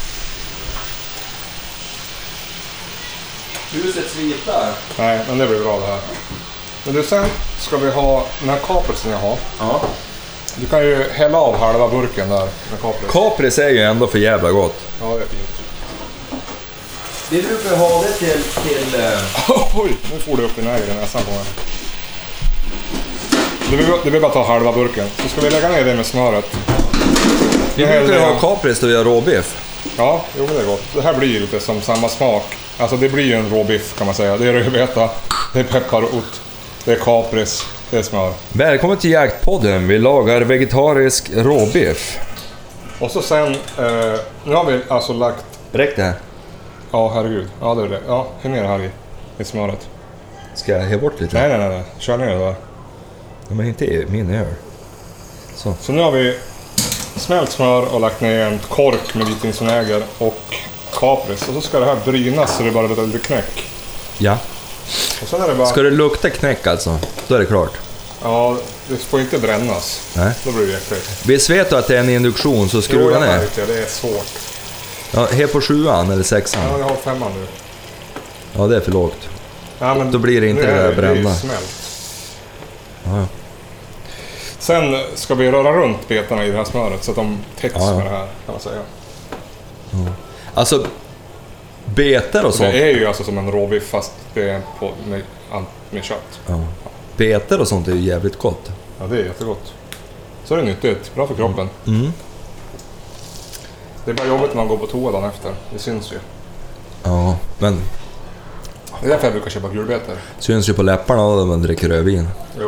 Husets vita. Nej, men det blir bra det här. Men du, sen ska vi ha den här kaprisen jag har. Ja. Du kan ju hälla av halva burken där med kapris. Kapris är ju ändå för jävla gott. Ja, det är fint. Vi brukar ha det till... till uh... Oj, nu får du upp din äger i näsan på mig. Det vill, det vill bara ta halva burken. Så ska vi lägga ner det med smöret. Vi brukar ju ha kapris då vi har råbiff. Ja, jo, det är gott. Det här blir ju lite som samma smak. Alltså det blir ju en råbiff kan man säga. Det är rödbeta, det är pepparrot, det är kapris, det är smör. Välkommen till Jaktpodden. Vi lagar vegetarisk råbiff. Och så sen, eh, nu har vi alltså lagt... Räck det här. Ja, herregud. Ja, det är det. Ja, hur mer här i, i smöret? Ska jag hälla bort lite? Nej, nej, nej, nej. Kör ner det där. Ja, men inte i min öl. Så. Så nu har vi smält smör och lagt ner en kork med vitvinsvinäger och kapris. Och så ska det här brynas så det bara blir lite knäck. Ja. Och sen är det bara... Ska det lukta knäck alltså? Då är det klart. Ja, det får inte brännas. Nej. Då blir det äckligt. Visst vet du att det är en induktion så skruva Jo, jag ner. märkte, det är svårt. Ja, här på sjuan eller sexan. Ja, jag har femman nu. Ja, det är för lågt. Ja, men Då blir det inte nu det är där det, det är ju bränna. smält. Ja, ja. Sen ska vi röra runt betarna i det här smöret så att de täcks Ja, ja. med det här, kan man säga. Alltså, betar och sånt. Det är ju alltså som en råbiff fast det är på, med, med kött. Ja. Betar och sånt är ju jävligt gott. Ja, det är jättegott. Så är det nyttigt, bra för kroppen. Mm. Det är bara jobbigt när man går på toa dagen efter, det syns ju. Ja, men Det är därför jag brukar köpa gulbetor. syns ju på läpparna när man dricker rödvin. Jo.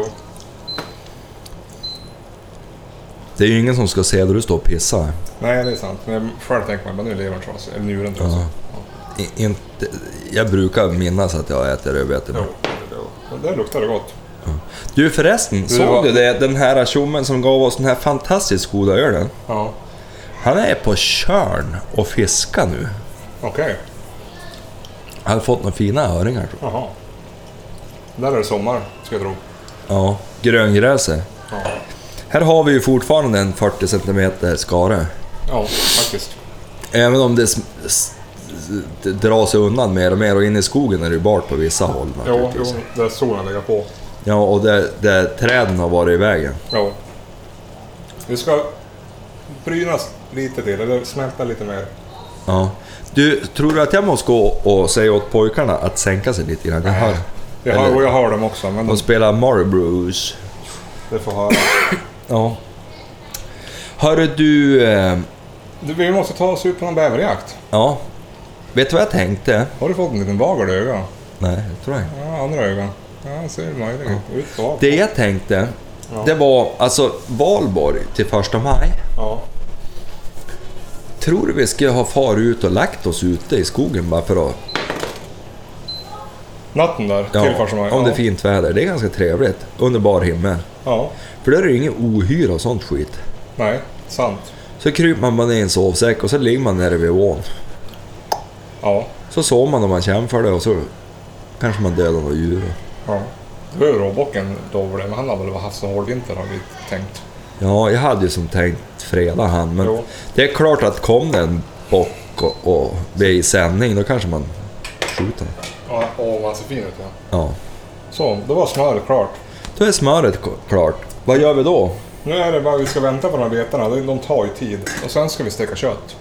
Det är ju ingen som ska se där du står och pissar. Nej, det är sant. Men jag själv tänker mig, bara nu är levern trasig, eller njuren trasig. Ja. I, inte, jag brukar minnas att jag äter rödbetor. Jo, det, det luktar det gott. Du förresten, Du såg var- du det? Den här tjommen som gav oss den här fantastiskt goda ölen. Ja, Han är på Tjörn och fiskar nu. okej. Han har fått några fina öringar. tror jag. Jaha. Där är det sommar, ska jag tro. Ja, gröngräse. Ja, Här har vi ju fortfarande en fyrtio centimeter skare. ja faktiskt. Även om det, s- s- det drar sig undan mer och mer och in i skogen är det ju bart på vissa håll. Jo, jo, naturligtvis. där solen lägger på. Ja, och där, där träden har varit i vägen. Jo. Vi ska brynas lite till, eller smälta lite mer. Ja. Du, tror du att jag måste gå och säga åt pojkarna att sänka sig lite grann? Jag hör, Jag hör, Eller- och jag hör dem också, men de de, spelar Mario Bros. det får höra. Ja. Hörru du, eh, Du, vi måste ta oss ut på någon bäverjakt. ja. Vet du vad jag tänkte? Har du fått en liten bagel i ögat? Nej, det tror jag inte. Ja, andra ögon. Ja, det ser möjligt ut. Ut och av. Det jag tänkte, Ja. det var alltså valborg till första maj. Ja. Tror du vi ska ha far ut och lagt oss ute i skogen bara för att... Natten där, Ja, till första maj. om det är Ja. fint väder. Det är ganska trevligt. Underbar himmel. Ja, För där är det ingen ohyra och sånt skit. nej, sant. Så kryper man bara ner i en sovsäck och så ligger man nere vid ån. Ja, Så sover man om man känner för det och så kanske man dödar några djur. ja. Det var ju råbocken Dovre, men han har väl haft så hård vinter har vi tänkt. Ja, jag hade ju som tänkt freda han, men Jo. det är klart att kom det en bock och, och vi är i sändning, då kanske man skjuter den. Ja, och man ser fin ut, ja. Ja. Så, då var smöret klart. Då är smöret k- klart. Vad gör vi då? Nu är det bara vi ska vänta på de här betarna, de de tar ju tid. Och sen ska vi steka kött.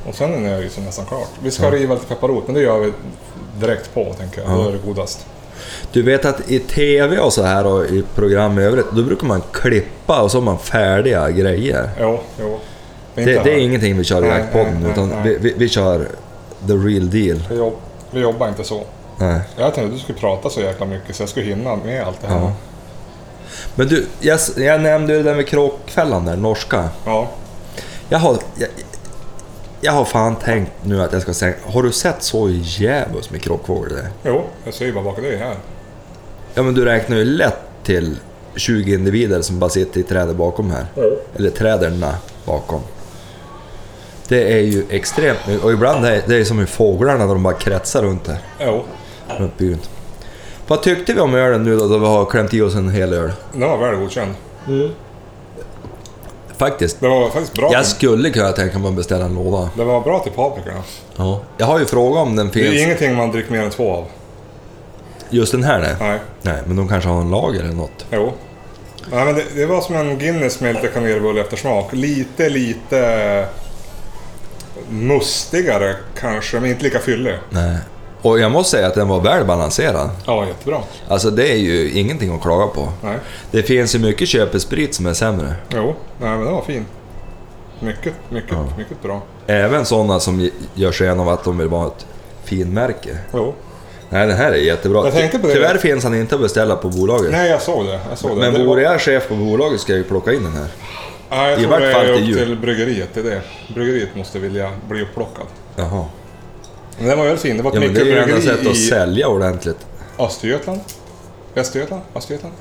Och sen är det ju som nästan klart. Vi ska ja. riva lite pepparrot, men det gör vi direkt på, tänker jag. Ja. Då är det godast. Du vet att i tv och så här och i program i övrigt, då brukar man klippa och så har man färdiga grejer. Jo, jo. Det, det, det är ingenting vi kör i Jaktpodden, utan nej. Vi, vi, vi kör the real deal. Vi, jobb, vi jobbar inte så. Nej. Jag tänkte att du skulle prata så jäkla mycket så jag skulle hinna med allt det här. Ja. Men du, jag, jag nämnde ju den med kråkfällan där, norska. Ja. Jag har... Jag, Jag har fan tänkt nu att jag ska säga, har du sett så jävligt med kråkfågel där? Jo, jag ser ju bara bakom dig här. Ja, men du räknar ju lätt till tjugo individer som bara sitter i trädet bakom här. Jo. Eller träderna bakom. Det är ju extremt, och ibland är det, det är som i fåglarna när de bara kretsar runt där. Jo. Runt byn. Vad tyckte vi om ölen nu då, då vi har klämt i oss en hel öl? Den var väl godkänd. Mm. Faktiskt. Det var faktiskt bra. Jag skulle kunna tänka mig att beställa en låda. Det var bra till paprikorna. Ja. Jag har ju frågat om den finns. Det är ingenting man dricker mer än två av. Just den här nej. Nej. Nej, men de kanske har en lager eller något. Jo. Nej, men det, det var som en Guinness med lite kanelbulle eftersmak. Lite, lite mustigare kanske, men inte lika fyllig. Nej. Och jag måste säga att den var väl balanserad. Ja, jättebra. Alltså det är ju ingenting att klaga på. Nej. Det finns ju mycket köpesprit som är sämre. Jo, nej, men det var fin. Mycket, mycket, ja. mycket bra. Även sådana som gör sig av att de vill vara ett finmärke. Jo. Nej, den här är jättebra. Jag tänkte på det. Tyvärr finns han inte att beställa på bolaget. Nej, jag såg det. Jag såg men det. vore jag chef på bolaget ska jag ju plocka in den här. Ja, jag I tror det är upp till, till bryggeriet. Det är det. Bryggeriet måste vilja bli upplockad. Jaha. Men den var väldigt fin. Det var ett ja, men det är ju enda sätt att i sälja ordentligt. Östergötland? Västergötland? Östergötland?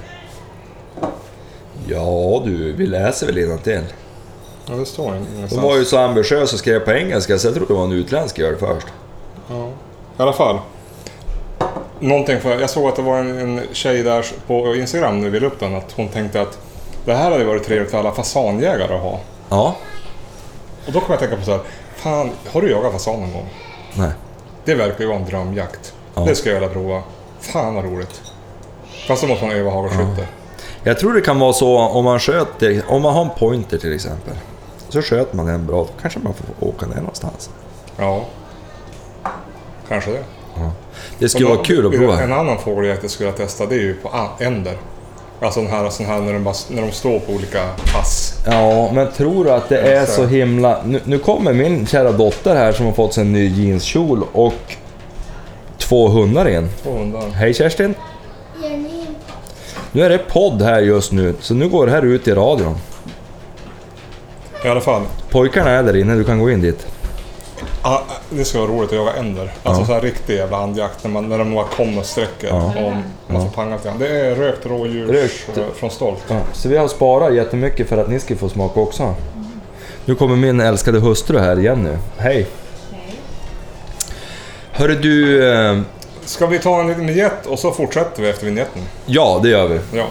Ja, du, vi läser väl innantill. Ja, det står ingenstans. De var ju så ambitiösa och skrev på engelska så jag tror det var en utländsk öl först. Ja, i alla fall. Någonting för, jag såg att det var en, en tjej där på Instagram när vi ville upp den, att hon tänkte att det här hade varit trevligt för alla fasanjägare att ha. Ja. Och då kommer jag tänka på så här, fan, har du jagat fasan någon gång? Nej. Det verkar ju vara en drömjakt. Ja. Det ska jag vilja prova. Fan vad roligt. Fast då måste man öva hagelskytte. Ja. Jag tror det kan vara så om man sköter, om man har en pointer till exempel. Så sköter man den bra, då kanske man får åka ner någonstans. Ja. Kanske det. Ja. Det skulle vara kul att prova. En annan fågeljakt jag skulle testa, det är ju på änder. Alltså den här, sån här när, de bara, när de står på olika pass. Ja, men tror du att det är så himla... Nu, nu kommer min kära dotter här som har fått sig en ny jeanskjol och två hundar in. Två hundar. Hej Kerstin. Nu är det podd här just nu, så nu går det här ut i radion. I alla fall. Pojkarna är där inne, du kan gå in dit. Ja, det ska vara roligt att jaga änder. Alltså ja. Så här riktig jävla andjakt när, man, när de bara kommer och sträcker ja. och man ja. får panga till. Det är rökt rådjur rökt. från Stolt. Ja. Så vi har sparat jättemycket för att ni ska få smaka också. Mm. Nu kommer min älskade hustru här igen nu. Hej. Hej. Hörru du... Eh... Ska vi ta en liten vignett och så fortsätter vi efter vignetten? Ja, det gör vi. Ja.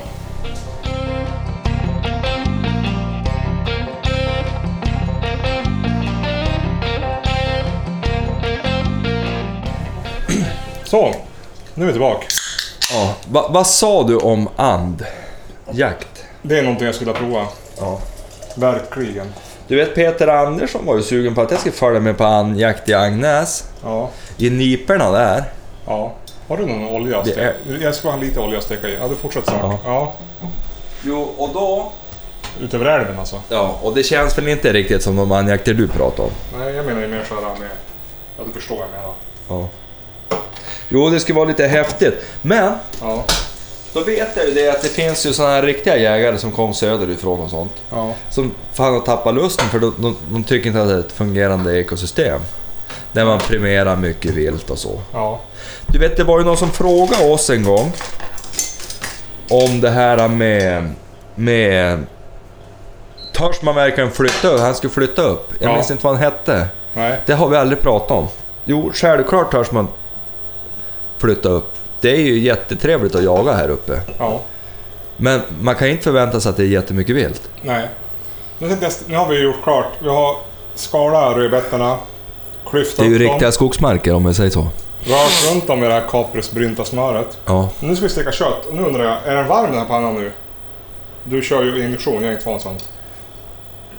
Så, nu är vi tillbaka. Ja, va, vad sa du om andjakt? Det är någonting jag skulle prova. Ja. Verkligen. Du vet, Peter Andersson var ju sugen på att jag skulle följa med på andjakt i Agnäs. Ja. I niperna där. Ja. Har du någon olja att steka? Är... Jag ska ha lite olja att steka i. Ja, du fortsätter snart. Ja. ja. Jo, och då... Utöver älven alltså? Ja, och det känns väl inte riktigt som de andjakter du pratar om. Nej, jag menar ju mer sådär med... Ja, du förstår vad jag menar. Ja. Jo, det ska vara lite häftigt. Men... Ja. Då vet jag ju det att det finns ju sådana här riktiga jägare som kom söderifrån och sånt. Ja. Som fan har tappat lusten för de, de, de tycker inte att det är ett fungerande ekosystem. Där man primerar mycket vilt och så. Ja. Du vet, det var ju någon som frågade oss en gång om det här med... med törs man verkligen flytta upp? Han skulle flytta upp. Jag ja. minns inte vad han hette. Nej. Det har vi aldrig pratat om. Jo, självklart törs man flytta upp. Det är ju jättetrevligt att jaga här uppe. Ja. Men man kan inte förvänta sig att det är jättemycket vilt. Nej. Nu har vi gjort klart. Vi har skalat rödbetorna. Klyftat det är ju dem. riktiga skogsmarker om jag säger så. Vi har runt om med det här kaprisbrynta smöret. Ja. Nu ska vi steka kött. Och nu undrar jag, är den varm den här pannan nu? Du kör ju induktion, jag är inte van sånt.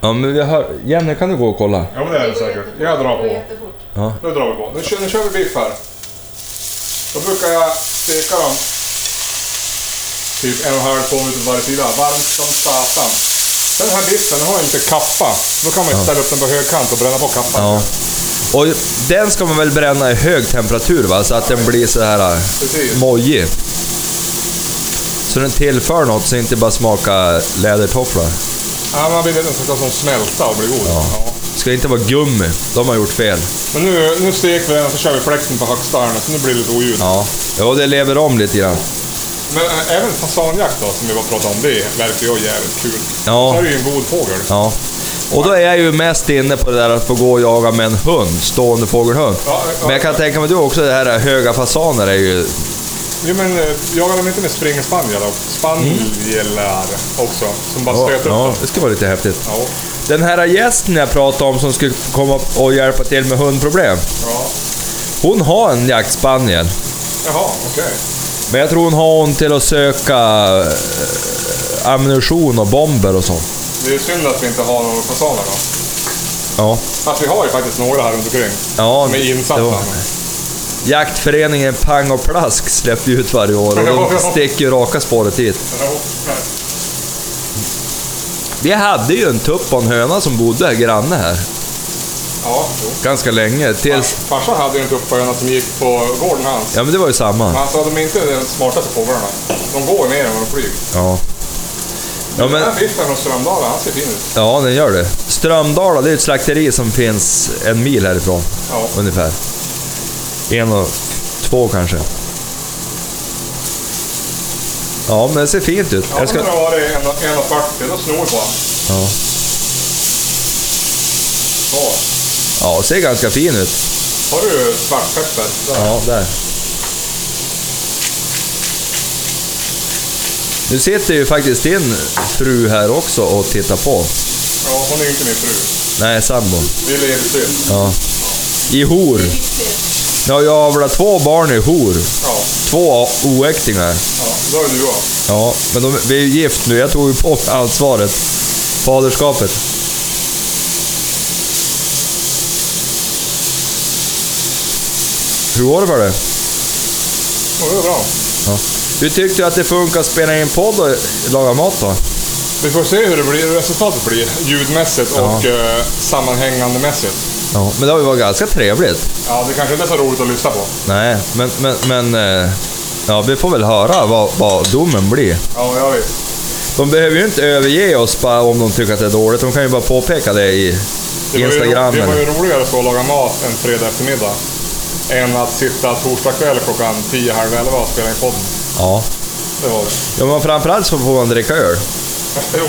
Ja, men vi hör... Jenny, kan du gå och kolla? Ja, men det är det säkert. Jag drar på. Ja. Nu drar vi på. Nu kör, nu kör vi biff här. Då brukar jag steka dem typ en och en halv, två minuter på varje sida. Varmt som satan. Den här biffen, den har en liten kappa. Då kan man ju ställa upp den på högkant och bränna på kappan. Ja. Och den ska man väl bränna i hög temperatur, va? Så att den blir så här Precis. mojig. Så den tillför något så inte bara smaka lädertofflor. Ja, man vill att den ska som smälta och bli god. Ja. Ja. Ska inte vara gummi, de har gjort fel. Men nu, nu steker vi den och så kör vi fläkten på högsta här, så nu blir det lite oljud. Ja, ja, det lever om lite grann. Men äh, även fasanjakt då, som vi var pratade om, det verkar ju jävligt kul. Ja. Så är det ju en god fågel. Ja. Och då är jag ju mest inne på det där att få gå och jaga med en hund, stående fågelhund. Ja, ja, Men jag kan tänka mig du också, det här höga fasaner är ju... Jo, men äh, jagar de inte med springspaniel och spanjelar också, som bara Ja, stöter upp ja, dem? det skulle vara lite häftigt. Ja. Den här gästen jag pratade om som skulle komma och hjälpa till med hundproblem. Ja. Hon har en jaktspaniel. Jaha, okej. Okay. Men jag tror hon har hon till att söka äh, ammunition och bomber och sånt. Det är synd att vi inte har några fasaner då. Ja. Fast vi har ju faktiskt några här runt omkring. Ja, som är insatta. var... Jaktföreningen Pang och Plask släpper ut varje år och de sticker ju raka spåret hit. Vi hade ju en tupp och en höna som bodde här granne här. Ja, jo. Ganska länge. Tills... Farsan hade ju en tuppföna som gick på gården hans. Ja, men det var ju samma. Men alltså, de är inte den smartaste fåglarna. De går mer än vad de flyger. Ja. Ja, men... Den här biffen från Strömdala, han ser fin ut. Ja, den gör det. Strömdala, det är ett slakteri som finns en mil härifrån. Ja. Ungefär. En och två kanske. Ja, men det ser fint ut. Ja, jag ska... men det var det en och fyrtio, då snor på han. Ja. Så. Ja, ser ganska fin ut. Har du svartpepper? Där. Ja, där. Nu sitter ju faktiskt din fru här också och tittar på. Ja, hon är inte min fru. Nej, sambo. Vi lever still. Ja. I hor. Ja, jag har väl två barn i hor. Ja. Två oäktingar. Ja, då är du också. Ja, men de, vi är ju gift nu. Jag tog ju på mig ansvaret. Faderskapet. Hur går det för dig? Ja, det är bra. Ja. Du tyckte att det funkar att spela in podd och laga mat då? Vi får se hur det blir, resultatet blir. Ljudmässigt Ja. och eh, sammanhängandemässigt. Ja, men det har ju varit ganska trevligt. Ja, det kanske inte är så roligt att lyssna på. Nej, men, men, men eh, ja, vi får väl höra vad, vad domen blir. Ja, jag vet. De behöver ju inte överge oss bara om de tycker att det är dåligt. De kan ju bara påpeka det i Det var, Instagram. ju, det var ju eller... roligare att stå och laga mat en fredag eftermiddag än att sitta torsdag kväll klockan tio, halv elva och spela in podden. Ja. Det var det. Ja, men framförallt så får man dricka öl. Jo.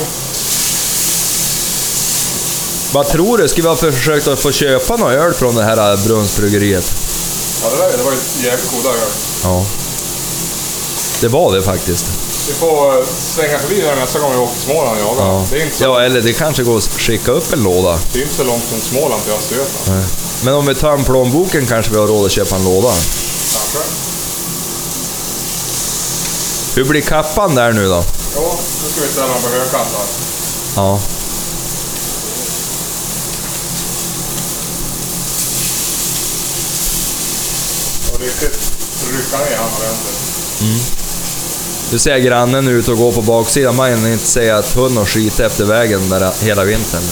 Vad tror du? Ska vi ha försökt att få köpa någon öl från det här Brunnsbryggeriet? Ja, det, där, det var ju jävligt goda öl. Ja. Det var det faktiskt. Vi får eh, svänga förbi där nästa gång vi åker till Småland och jagar. Ja. Det, är inte så, Ja, eller det kanske går att skicka upp en låda. det är inte så långt från Småland till Östergötland. Nej. Men om vi tar en plånboken kanske vi har råd att köpa en låda. Kanske. Hur blir kappan där nu då? Ja, nu ska vi ställa den på högkant här. Ja. Och riktigt rycka ner han ordentligt. Du ser grannen ut och går på baksidan. Man kan inte säga att hund har skit efter vägen där hela vintern.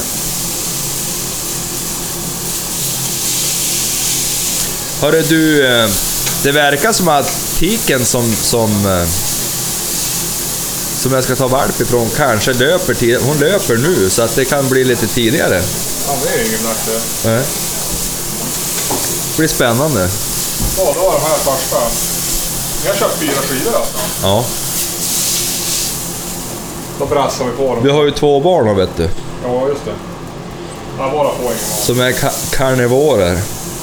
Hörru du, eh, det verkar som att tiken som, som, eh, som jag ska ta valp ifrån kanske löper tid. Hon löper nu så att det kan bli lite tidigare. Ja, det är ingen nackdel. Nej. Det blir spännande. Ja, då var de här första. Jag har köpt fyra skivor alltså. Ja. Då brassar vi på dem. Vi har ju två barn, vet du, Ja, just det. Ja, bara få ingen mat. som är ka- karnivorer.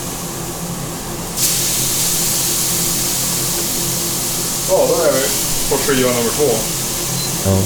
Ja, då är vi på skiva nummer två. Ja.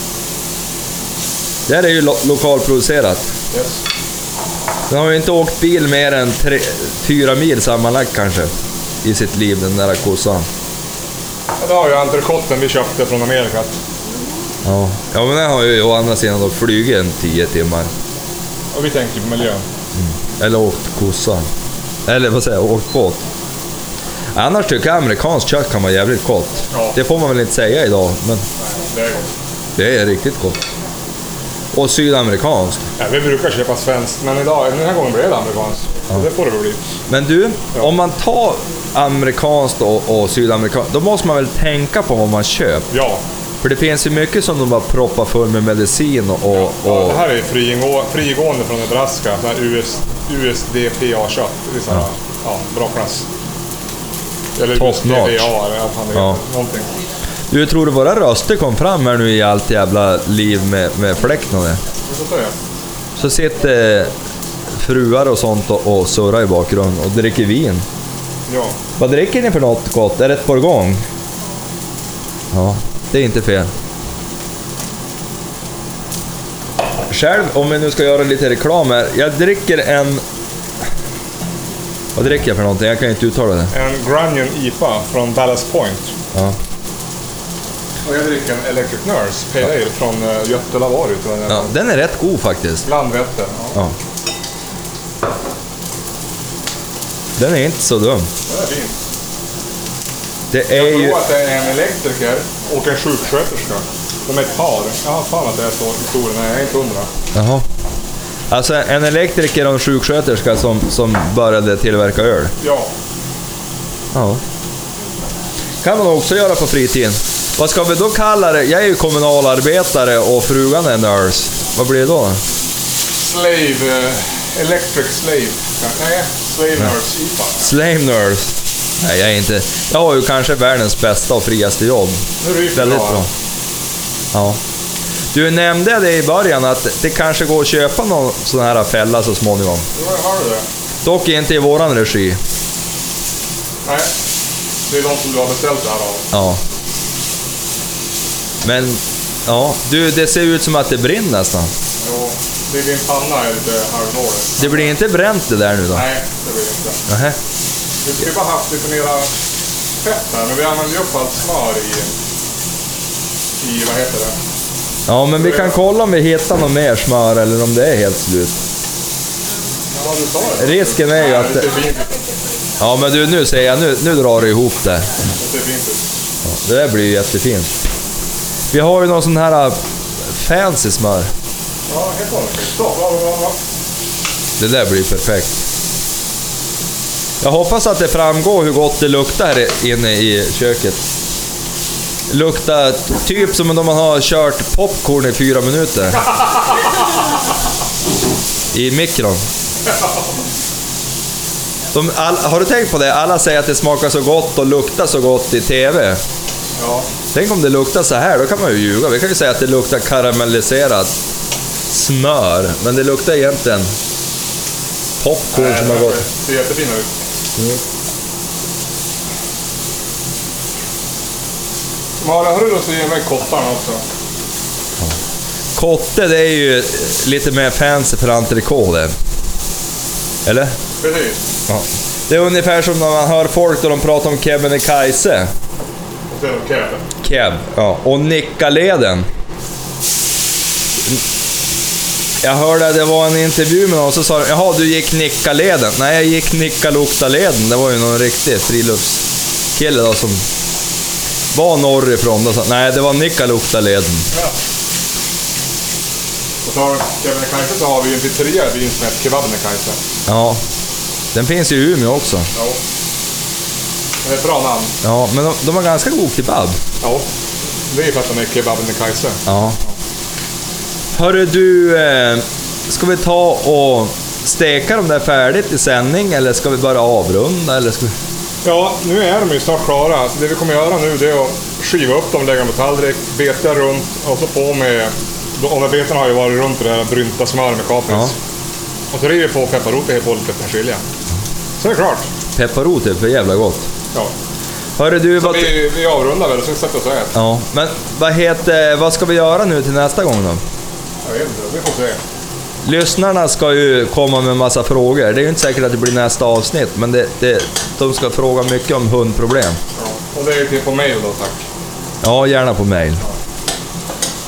Det här är ju lo- lokalproducerat. Yes. Den har ju inte åkt bil mer än tre, fyra mil sammanlagt kanske i sitt liv, den där kossan. Ja, det har ju entrecoten vi köpte från Amerika. Ja. Ja, men den har ju å andra sidan då flugit en tio timmar. Och vi tänker på miljön. Eller åkt kossa. Eller vad säger jag, åkt båt. Annars tycker jag amerikanskt kött kan vara jävligt gott. Ja. Det får man väl inte säga idag, men Det är gott. det är riktigt gott. Och sydamerikanskt. Ja, vi brukar köpa svenskt, men idag, den här gången blev det amerikanskt. Ja. Det får det väl bli. Men du, Ja. om man tar amerikanskt och, och sydamerikanskt, då måste man väl tänka på vad man köper. Ja. För det finns ju mycket som de bara proppar full med medicin och... och, Ja, och det här är frigå, frigående från Nebraska. Så här U S, U S D P A-kött. Det är så här, ja. Ja, bra klass. Eller Top U S D P A notch. eller vad fan det Ja. heter. Någonting. Du, tror du våra röster kom fram här nu i allt jävla liv med, med fläkten och det? Det får jag. Så sitter fruar och sånt och, och surrar i bakgrunden och dricker vin. Ja. Vad dricker ni för något gott? Är det ett bourgogne? Ja, det är inte fel. Själv, om vi nu ska göra lite reklam här, jag dricker en... Vad dricker jag för någonting? Jag kan inte uttala det. En Grunion I P A från Ballast Point. Ja. Och jag dricker en Electric Nurse Pale Ale från uh, Götelavari, tror jag. Ja, den är rätt god faktiskt. Landvetter. Ja. Ja. Den är inte så dum. Det är fint. Det är Jag ju... tror att det är en elektriker och en sjuksköterska. De är ett par. Jag har fan att det är så i historien, jag är inte hundra. Jaha. Alltså en elektriker och en sjuksköterska som, som började tillverka öl. Ja. Ja. Kan man också göra på fritiden. Vad ska vi då kalla det? Jag är ju kommunalarbetare och frugan är nurse. Vad blir det då? Slave, uh, Electric Slave. Nej, Slave Nurse I P A. Slave nurse. Nej, jag är inte... Jag har ju kanske världens bästa och friaste jobb. Nu ryker Väldigt bra. bra. Ja. Du nämnde det i början att det kanske går att köpa någon sån här fälla så småningom. Jo, jag har det. Dock inte i våran regi. Nej, det är de som du har beställt det här av. Ja. Men, ja. Du, det ser ut som att det brinner nästan. Jo, det är din panna är lite halvdålig. Det blir inte bränt det där nu då? Nej, det blir inte. Nähä. Vi skulle bara haft lite mera fett här, men vi använder ju upp allt smör i... I, vad heter det? Ja, men vi kan kolla om vi hittar något mer smör eller om det är helt slut. Ja, du sa det. Risken är ju Nej, att... det ser fint ut. Ja, men du, nu säger jag, nu, nu drar du ihop det. Det ser fint ut. Ja, det där blir ju jättefint. Vi har ju någon sån här fancy smör. Ja, helt vanligt. Så, bra, bra, bra. Det där blir perfekt. Jag hoppas att det framgår hur gott det luktar här inne i köket. Luktar typ som om man har kört popcorn i fyra minuter. I mikron. De, all, har du tänkt på det? Alla säger att det smakar så gott och luktar så gott i tv. Ja. Tänk om det luktar så här, då kan man ju ljuga. Vi kan ju säga att det luktar karamelliserat smör, men det luktar egentligen popcorn Nej, som har det gått. ser jättefina ut. Mm. Mara, har du lust att ge mig kottarna också? Kotte, det är ju lite mer fancy för entrecote det. Eller? Precis. Ja. Det är ungefär som när man hör folk då de pratar om Kebnekaise. Och sen keb. Keb, ja. Och Nickaleden. Jag hörde att det var en intervju med någon och så sa de, jaha, du gick Nickaleden. Nej, jag gick Nikkaluokta-leden. Det var ju någon riktig friluftskille då som var norrifrån. Då sa, nej, det var Nikkaluokta-leden. Ja. Och så har Kebnekaise så har vi en pizzeria i byn som heter Kebabnekaise. Ja, den finns ju i Umeå också. Ja. Det är ett bra namn. Ja, men de, de har ganska god kebab. Ja. Det är ju för att de är Kebabnekaise. Ja. Hörru du, eh, ska vi ta och steka dem där färdigt i sändning eller ska vi bara avrunda eller ska vi... Ja, nu är de ju snart klara. Det vi kommer göra nu det är att skiva upp dem, lägga dem på tallrik, beta runt och så på med... De här betorna har ju varit runt det där brynta smör med kapris. Ja. Och så river på pepparrot och på lite persilja. Så är det klart. Pepparrot är för jävla gott. Ja. Hörru du, Så vad... vi, vi avrundar väl och sen sätter vi oss och äter. Ja, men vad heter, vad ska vi göra nu till nästa gång då? Jag vet inte, vi får se. Lyssnarna ska ju komma med en massa frågor. Det är ju inte säkert att det blir nästa avsnitt, men det, det, de ska fråga mycket om hundproblem. Ja. Och det är till på mail då, tack. Ja, gärna på mail.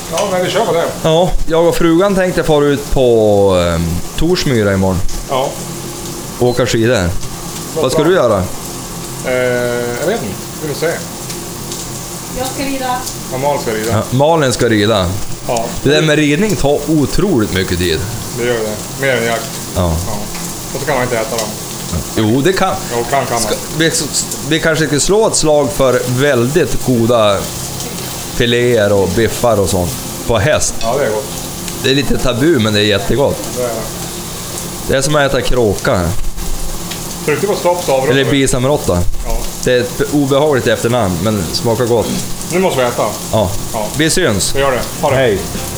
Ja, men vi kör på det. Ja, jag och frugan tänkte fara ut på um, Torsmyra imorgon. Ja. Åka skidor. Vad ska du göra? Eh, jag vet inte. Vi får se. Jag ska rida. Ja, Malin ska rida. Ja, Malin ska rida. Ja. Det där med ridning tar otroligt mycket tid. Det gör det. Mer än jakt. Ja. Ja. Och så kan man inte äta dem. Jo, det kan. Jo, kan kan man. Ska, vi, vi kanske ska slå ett slag för väldigt goda filéer och biffar och sånt på häst. Ja, det är gott. Det är lite tabu, men det är jättegott. Det är det. Det är som att äta kråka. Tryckte på stopp så avrundar Eller vi. bisamrotta. Ja. Det är ett obehagligt efternamn, men smakar gott. Nu måste vi äta. Ja. Ja. Vi syns. Vi gör det. Ha det. Hej.